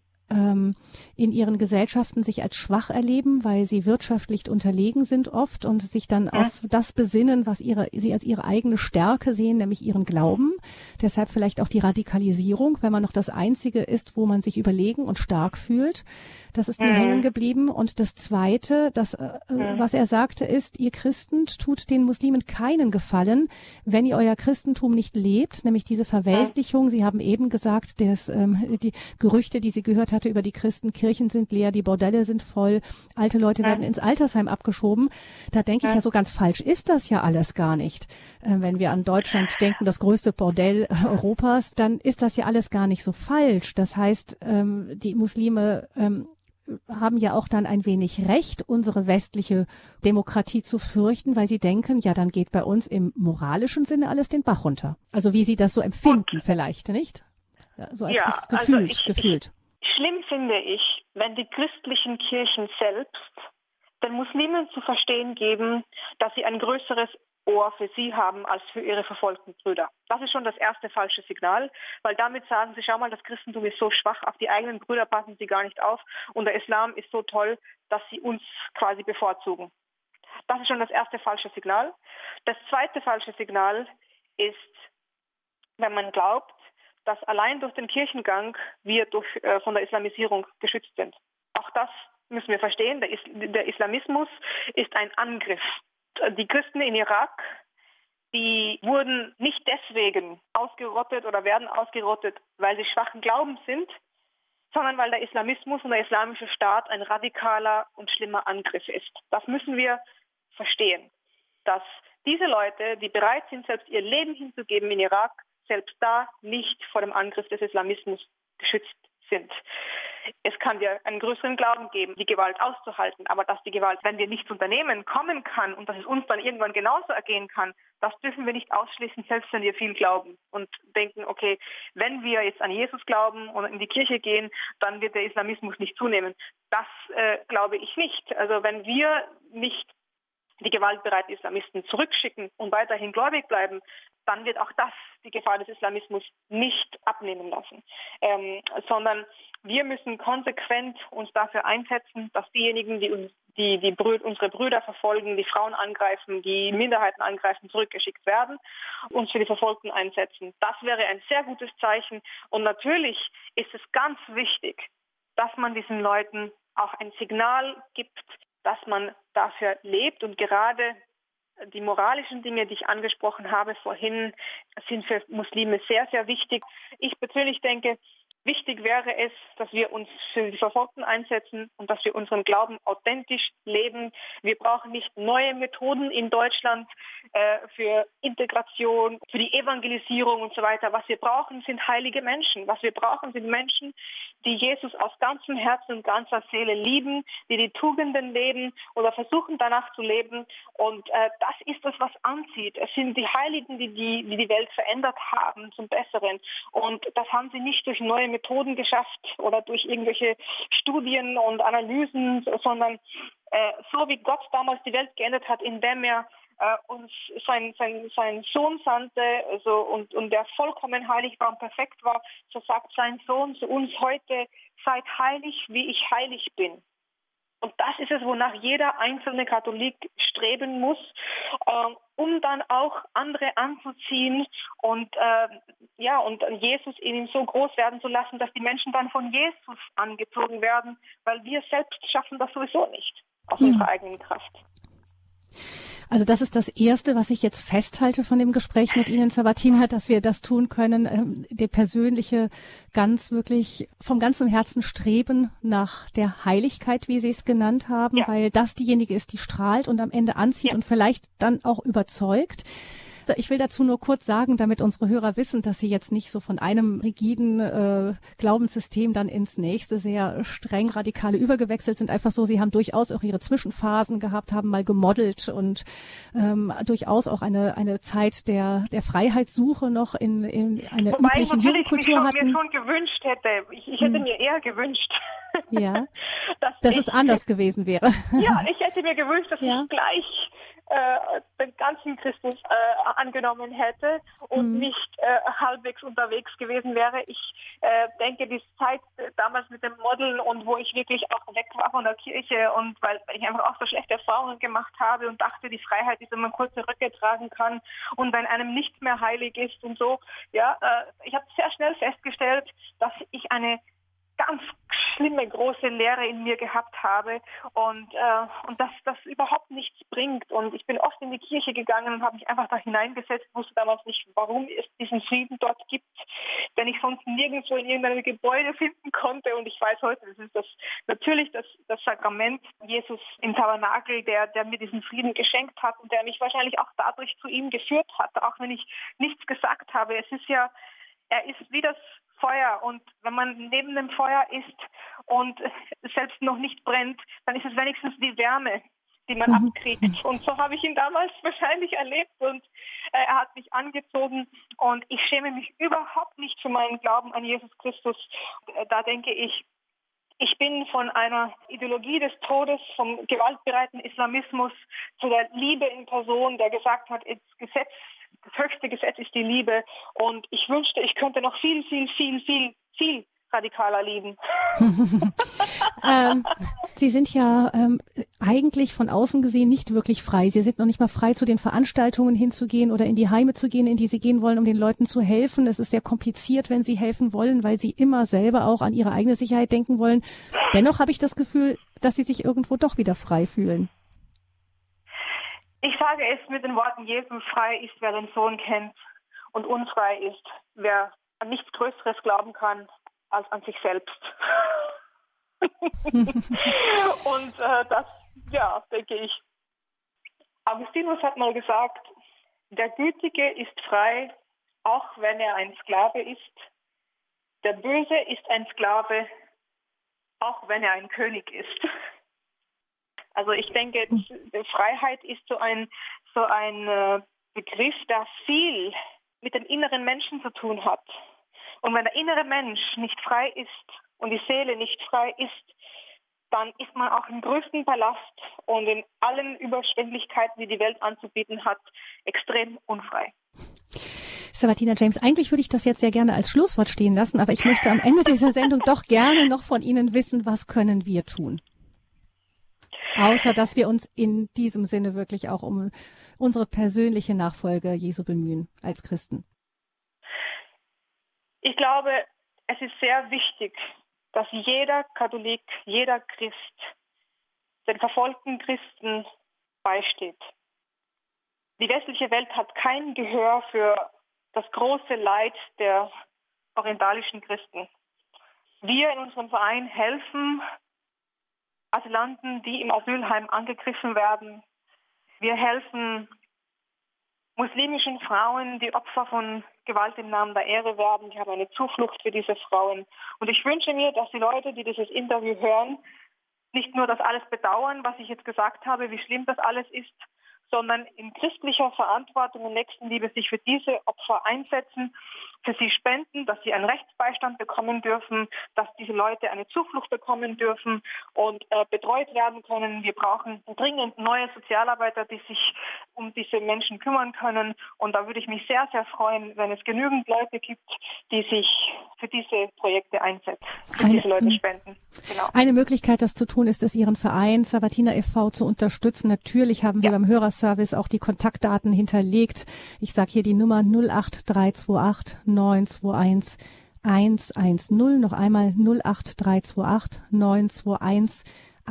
[SPEAKER 1] in ihren Gesellschaften sich als schwach erleben, weil sie wirtschaftlich unterlegen sind oft und sich dann auf das besinnen, was sie als ihre eigene Stärke sehen, nämlich ihren Glauben. Deshalb vielleicht auch die Radikalisierung, wenn man noch das Einzige ist, wo man sich überlegen und stark fühlt. Das ist mir hängen geblieben. Und das Zweite, was er sagte, ist, ihr Christen tut den Muslimen keinen Gefallen, wenn ihr euer Christentum nicht lebt, nämlich diese Verweltlichung. Sie haben eben gesagt, die Gerüchte, die sie gehört hatte über die Christen, Kirchen sind leer, die Bordelle sind voll, alte Leute werden ins Altersheim abgeschoben. Da denke ich ja, so ganz falsch ist das ja alles gar nicht. Wenn wir an Deutschland denken, das größte Bordell Europas, dann ist das ja alles gar nicht so falsch. Das heißt, die Muslime haben ja auch dann ein wenig Recht, unsere westliche Demokratie zu fürchten, weil sie denken, ja, dann geht bei uns im moralischen Sinne alles den Bach runter. Also wie sie das so empfinden vielleicht, nicht? Ja, so als gefühlt.
[SPEAKER 2] Schlimm finde ich, wenn die christlichen Kirchen selbst den Muslimen zu verstehen geben, dass sie ein größeres Ohr für sie haben als für ihre verfolgten Brüder. Das ist schon das erste falsche Signal, weil damit sagen sie, schau mal, das Christentum ist so schwach, auf die eigenen Brüder passen sie gar nicht auf und der Islam ist so toll, dass sie uns quasi bevorzugen. Das ist schon das erste falsche Signal. Das zweite falsche Signal ist, wenn man glaubt, dass allein durch den Kirchengang wir von der Islamisierung geschützt sind. Auch das müssen wir verstehen. Der Islamismus ist ein Angriff. Die Christen in Irak, die wurden nicht deswegen ausgerottet oder werden ausgerottet, weil sie schwachen Glaubens sind, sondern weil der Islamismus und der islamische Staat ein radikaler und schlimmer Angriff ist. Das müssen wir verstehen, dass diese Leute, die bereit sind, selbst ihr Leben hinzugeben in Irak, selbst da nicht vor dem Angriff des Islamismus geschützt sind. Es kann ja einen größeren Glauben geben, die Gewalt auszuhalten, aber dass die Gewalt, wenn wir nichts unternehmen, kommen kann und dass es uns dann irgendwann genauso ergehen kann, das dürfen wir nicht ausschließen, selbst wenn wir viel glauben und denken, okay, wenn wir jetzt an Jesus glauben und in die Kirche gehen, dann wird der Islamismus nicht zunehmen. Das glaube ich nicht. Also wenn wir nicht die gewaltbereiten Islamisten zurückschicken und weiterhin gläubig bleiben, dann wird auch das die Gefahr des Islamismus nicht abnehmen lassen. Sondern wir müssen konsequent uns dafür einsetzen, dass diejenigen, die unsere Brüder verfolgen, die Frauen angreifen, die Minderheiten angreifen, zurückgeschickt werden, uns für die Verfolgten einsetzen. Das wäre ein sehr gutes Zeichen. Und natürlich ist es ganz wichtig, dass man diesen Leuten auch ein Signal gibt, dass man dafür lebt. Und gerade die moralischen Dinge, die ich angesprochen habe vorhin, sind für Muslime sehr, sehr wichtig. Ich persönlich denke, wichtig wäre es, dass wir uns für die Verfolgten einsetzen und dass wir unseren Glauben authentisch leben. Wir brauchen nicht neue Methoden in Deutschland für Integration, für die Evangelisierung und so weiter. Was wir brauchen, sind heilige Menschen. Was wir brauchen, sind Menschen, die Jesus aus ganzem Herzen und ganzer Seele lieben, die Tugenden leben oder versuchen danach zu leben. Und das ist das, was anzieht. Es sind die Heiligen, die Welt verändert haben zum Besseren. Und das haben sie nicht durch neue Methoden geschafft oder durch irgendwelche Studien und Analysen, sondern so wie Gott damals die Welt geändert hat, indem er uns sein Sohn sandte, also und der vollkommen heilig war und perfekt war, so sagt sein Sohn zu uns heute: Seid heilig, wie ich heilig bin. Und das ist es, wonach jeder einzelne Katholik streben muss, um dann auch andere anzuziehen und Jesus in ihm so groß werden zu lassen, dass die Menschen dann von Jesus angezogen werden, weil wir selbst schaffen das sowieso nicht aus unserer eigenen Kraft.
[SPEAKER 1] Also das ist das Erste, was ich jetzt festhalte von dem Gespräch mit Ihnen, Sabatina, dass wir das tun können, der persönliche, ganz wirklich vom ganzen Herzen Streben nach der Heiligkeit, wie Sie es genannt haben, weil das diejenige ist, die strahlt und am Ende anzieht und vielleicht dann auch überzeugt. Ich will dazu nur kurz sagen, damit unsere Hörer wissen, dass sie jetzt nicht so von einem rigiden Glaubenssystem dann ins nächste sehr streng radikale übergewechselt sind. Einfach so, sie haben durchaus auch ihre Zwischenphasen gehabt, haben mal gemodelt und durchaus auch eine Zeit der Freiheitssuche noch in einer üblichen Jugendkultur hatten.
[SPEAKER 2] Wobei ich mir schon gewünscht hätte, ich hätte mir eher gewünscht,
[SPEAKER 1] dass es anders gewesen wäre.
[SPEAKER 2] Ja, ich hätte mir gewünscht, dass ich gleich den ganzen Christus angenommen hätte und nicht halbwegs unterwegs gewesen wäre. Ich denke, die Zeit damals mit dem Modeln und wo ich wirklich auch weg war von der Kirche und weil ich einfach auch so schlechte Erfahrungen gemacht habe und dachte, die Freiheit ist, wenn man kurze Röcke tragen kann und wenn einem nichts mehr heilig ist und so. Ja, ich habe sehr schnell festgestellt, dass ich eine ganz schlimme, große Leere in mir gehabt habe und dass das überhaupt nichts bringt. Und ich bin oft in die Kirche gegangen und habe mich einfach da hineingesetzt, wusste damals nicht, warum es diesen Frieden dort gibt, den ich sonst nirgendwo in irgendeinem Gebäude finden konnte. Und ich weiß heute, das ist natürlich das Sakrament Jesus im Tabernakel, der mir diesen Frieden geschenkt hat und der mich wahrscheinlich auch dadurch zu ihm geführt hat, auch wenn ich nichts gesagt habe. Er ist wie das Feuer und wenn man neben dem Feuer ist und selbst noch nicht brennt, dann ist es wenigstens die Wärme, die man abkriegt. Und so habe ich ihn damals wahrscheinlich erlebt und er hat mich angezogen und ich schäme mich überhaupt nicht für meinen Glauben an Jesus Christus. Da denke ich, ich bin von einer Ideologie des Todes, vom gewaltbereiten Islamismus zu der Liebe in Person, der gesagt hat, das höchste Gesetz ist die Liebe und ich wünschte, ich könnte noch viel, viel, viel, viel, viel radikaler lieben.
[SPEAKER 1] Sie sind ja eigentlich von außen gesehen nicht wirklich frei. Sie sind noch nicht mal frei, zu den Veranstaltungen hinzugehen oder in die Heime zu gehen, in die Sie gehen wollen, um den Leuten zu helfen. Es ist sehr kompliziert, wenn Sie helfen wollen, weil Sie immer selber auch an Ihre eigene Sicherheit denken wollen. Dennoch habe ich das Gefühl, dass Sie sich irgendwo doch wieder frei fühlen.
[SPEAKER 2] Ich sage es mit den Worten, Jesus: frei ist, wer den Sohn kennt, und unfrei ist, wer an nichts Größeres glauben kann als an sich selbst. Und das, denke ich. Augustinus hat mal gesagt, der Gütige ist frei, auch wenn er ein Sklave ist. Der Böse ist ein Sklave, auch wenn er ein König ist. Also ich denke, Freiheit ist so ein Begriff, der viel mit dem inneren Menschen zu tun hat. Und wenn der innere Mensch nicht frei ist und die Seele nicht frei ist, dann ist man auch im größten Palast und in allen Überschwänglichkeiten, die die Welt anzubieten hat, extrem unfrei.
[SPEAKER 1] Sabatina James, eigentlich würde ich das jetzt sehr gerne als Schlusswort stehen lassen, aber ich möchte am Ende dieser Sendung doch gerne noch von Ihnen wissen, was können wir tun? Außer, dass wir uns in diesem Sinne wirklich auch um unsere persönliche Nachfolge Jesu bemühen als Christen.
[SPEAKER 2] Ich glaube, es ist sehr wichtig, dass jeder Katholik, jeder Christ den verfolgten Christen beisteht. Die westliche Welt hat kein Gehör für das große Leid der orientalischen Christen. Wir in unserem Verein helfen Asylanten, die im Asylheim angegriffen werden. Wir helfen muslimischen Frauen, die Opfer von Gewalt im Namen der Ehre werden. Wir haben eine Zuflucht für diese Frauen. Und ich wünsche mir, dass die Leute, die dieses Interview hören, nicht nur das alles bedauern, was ich jetzt gesagt habe, wie schlimm das alles ist, sondern in christlicher Verantwortung und Nächstenliebe sich für diese Opfer einsetzen für sie spenden, dass sie einen Rechtsbeistand bekommen dürfen, dass diese Leute eine Zuflucht bekommen dürfen und betreut werden können. Wir brauchen dringend neue Sozialarbeiter, die sich um diese Menschen kümmern können. Und da würde ich mich sehr, sehr freuen, wenn es genügend Leute gibt, die sich für diese Projekte einsetzen, für diese Leute spenden. Genau.
[SPEAKER 1] Eine Möglichkeit, das zu tun, ist es, Ihren Verein Sabatina e.V. zu unterstützen. Natürlich haben wir beim Hörerservice auch die Kontaktdaten hinterlegt. Ich sage hier die Nummer 08328 921 110. Noch einmal 08328 921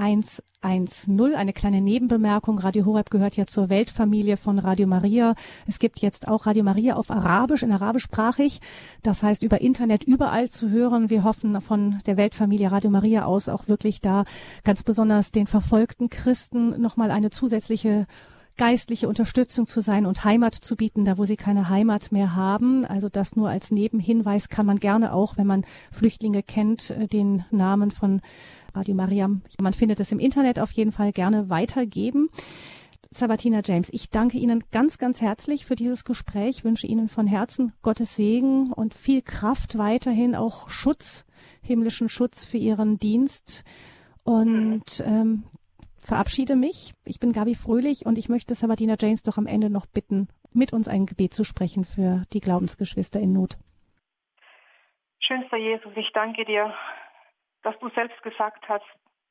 [SPEAKER 1] 110. Eine kleine Nebenbemerkung. Radio Horeb gehört ja zur Weltfamilie von Radio Maria. Es gibt jetzt auch Radio Maria auf Arabisch, in arabischsprachig. Das heißt, über Internet überall zu hören. Wir hoffen von der Weltfamilie Radio Maria aus auch wirklich da ganz besonders den verfolgten Christen nochmal eine zusätzliche geistliche Unterstützung zu sein und Heimat zu bieten, da wo sie keine Heimat mehr haben. Also das nur als Nebenhinweis kann man gerne auch, wenn man Flüchtlinge kennt, den Namen von Radio Maria, man findet es im Internet auf jeden Fall, gerne weitergeben. Sabatina James, ich danke Ihnen ganz, ganz herzlich für dieses Gespräch, wünsche Ihnen von Herzen Gottes Segen und viel Kraft weiterhin, auch Schutz, himmlischen Schutz für Ihren Dienst und verabschiede mich. Ich bin Gabi Fröhlich und ich möchte Sabatina James doch am Ende noch bitten, mit uns ein Gebet zu sprechen für die Glaubensgeschwister in Not.
[SPEAKER 2] Schönster Jesus, ich danke dir, dass du selbst gesagt hast,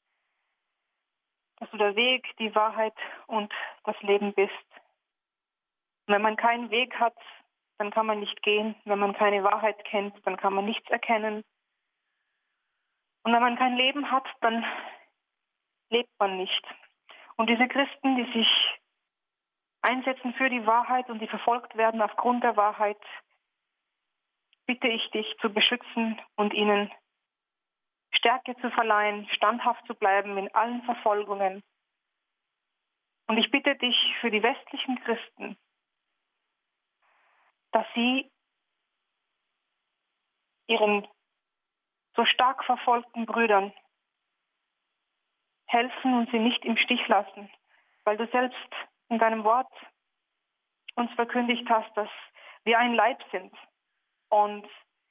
[SPEAKER 2] dass du der Weg, die Wahrheit und das Leben bist. Und wenn man keinen Weg hat, dann kann man nicht gehen. Wenn man keine Wahrheit kennt, dann kann man nichts erkennen. Und wenn man kein Leben hat, dann lebt man nicht. Und diese Christen, die sich einsetzen für die Wahrheit und die verfolgt werden aufgrund der Wahrheit, bitte ich dich zu beschützen und ihnen Stärke zu verleihen, standhaft zu bleiben in allen Verfolgungen. Und ich bitte dich für die westlichen Christen, dass sie ihren so stark verfolgten Brüdern helfen und sie nicht im Stich lassen, weil du selbst in deinem Wort uns verkündigt hast, dass wir ein Leib sind und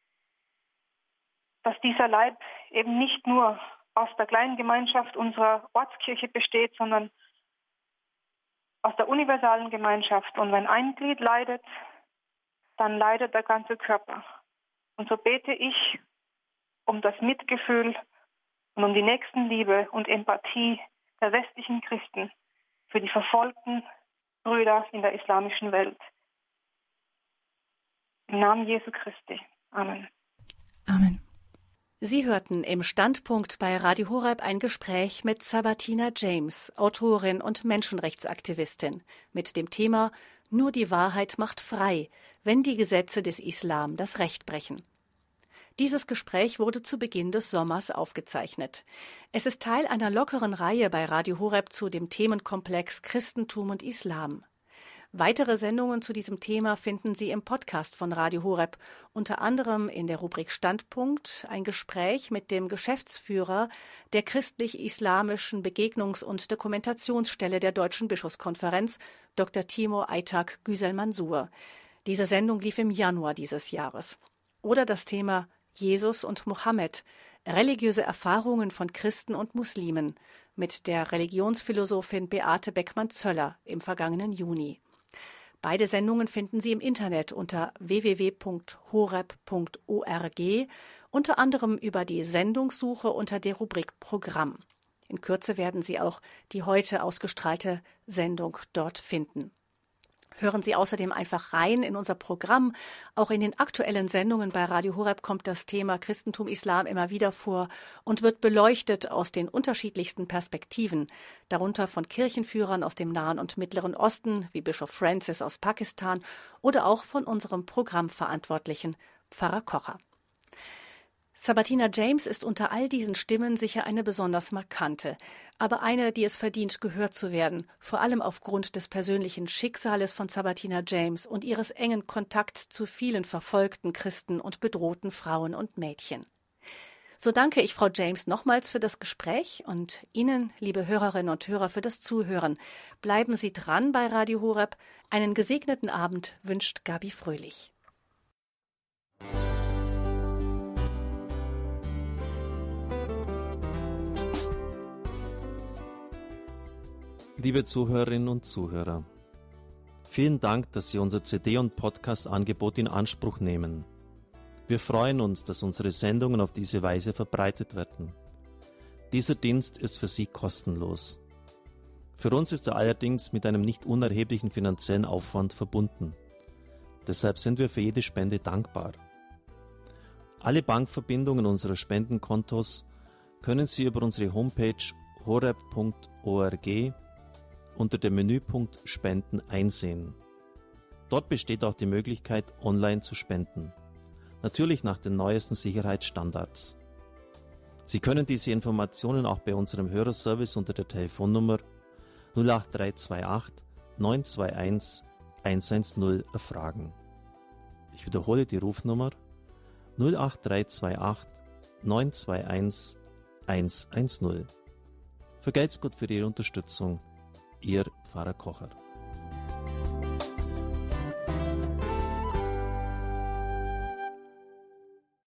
[SPEAKER 2] dass dieser Leib eben nicht nur aus der kleinen Gemeinschaft unserer Ortskirche besteht, sondern aus der universalen Gemeinschaft. Und wenn ein Glied leidet, dann leidet der ganze Körper. Und so bete ich um das Mitgefühl und um die Nächstenliebe und Empathie der westlichen Christen für die verfolgten Brüder in der islamischen Welt. Im Namen Jesu Christi. Amen.
[SPEAKER 1] Amen. Sie hörten im Standpunkt bei Radio Horeb ein Gespräch mit Sabatina James, Autorin und Menschenrechtsaktivistin, mit dem Thema »Nur die Wahrheit macht frei, wenn die Gesetze des Islam das Recht brechen«. Dieses Gespräch wurde zu Beginn des Sommers aufgezeichnet. Es ist Teil einer lockeren Reihe bei Radio Horeb zu dem Themenkomplex Christentum und Islam. Weitere Sendungen zu diesem Thema finden Sie im Podcast von Radio Horeb, unter anderem in der Rubrik Standpunkt ein Gespräch mit dem Geschäftsführer der christlich-islamischen Begegnungs- und Dokumentationsstelle der Deutschen Bischofskonferenz, Dr. Timur Aytak Güzel-Mansur. Diese Sendung lief im Januar dieses Jahres. Oder das Thema Jesus und Mohammed, religiöse Erfahrungen von Christen und Muslimen mit der Religionsphilosophin Beate Beckmann-Zöller im vergangenen Juni. Beide Sendungen finden Sie im Internet unter www.horeb.org, unter anderem über die Sendungssuche unter der Rubrik Programm. In Kürze werden Sie auch die heute ausgestrahlte Sendung dort finden. Hören Sie außerdem einfach rein in unser Programm. Auch in den aktuellen Sendungen bei Radio Horeb kommt das Thema Christentum, Islam immer wieder vor und wird beleuchtet aus den unterschiedlichsten Perspektiven, darunter von Kirchenführern aus dem Nahen und Mittleren Osten, wie Bischof Francis aus Pakistan, oder auch von unserem Programmverantwortlichen Pfarrer Kocher. Sabatina James ist unter all diesen Stimmen sicher eine besonders markante, aber eine, die es verdient, gehört zu werden, vor allem aufgrund des persönlichen Schicksales von Sabatina James und ihres engen Kontakts zu vielen verfolgten Christen und bedrohten Frauen und Mädchen. So danke ich Frau James nochmals für das Gespräch und Ihnen, liebe Hörerinnen und Hörer, für das Zuhören. Bleiben Sie dran bei Radio Horeb. Einen gesegneten Abend wünscht Gabi Fröhlich.
[SPEAKER 3] Liebe Zuhörerinnen und Zuhörer, vielen Dank, dass Sie unser CD- und Podcast-Angebot in Anspruch nehmen. Wir freuen uns, dass unsere Sendungen auf diese Weise verbreitet werden. Dieser Dienst ist für Sie kostenlos. Für uns ist er allerdings mit einem nicht unerheblichen finanziellen Aufwand verbunden. Deshalb sind wir für jede Spende dankbar. Alle Bankverbindungen unserer Spendenkontos können Sie über unsere Homepage horeb.org unter dem Menüpunkt Spenden einsehen. Dort besteht auch die Möglichkeit, online zu spenden. Natürlich nach den neuesten Sicherheitsstandards. Sie können diese Informationen auch bei unserem Hörerservice unter der Telefonnummer 08328 921 110 erfragen. Ich wiederhole die Rufnummer 08328 921 110. Vergelt's Gott für Ihre Unterstützung. Ihr Pfarrer Kocher.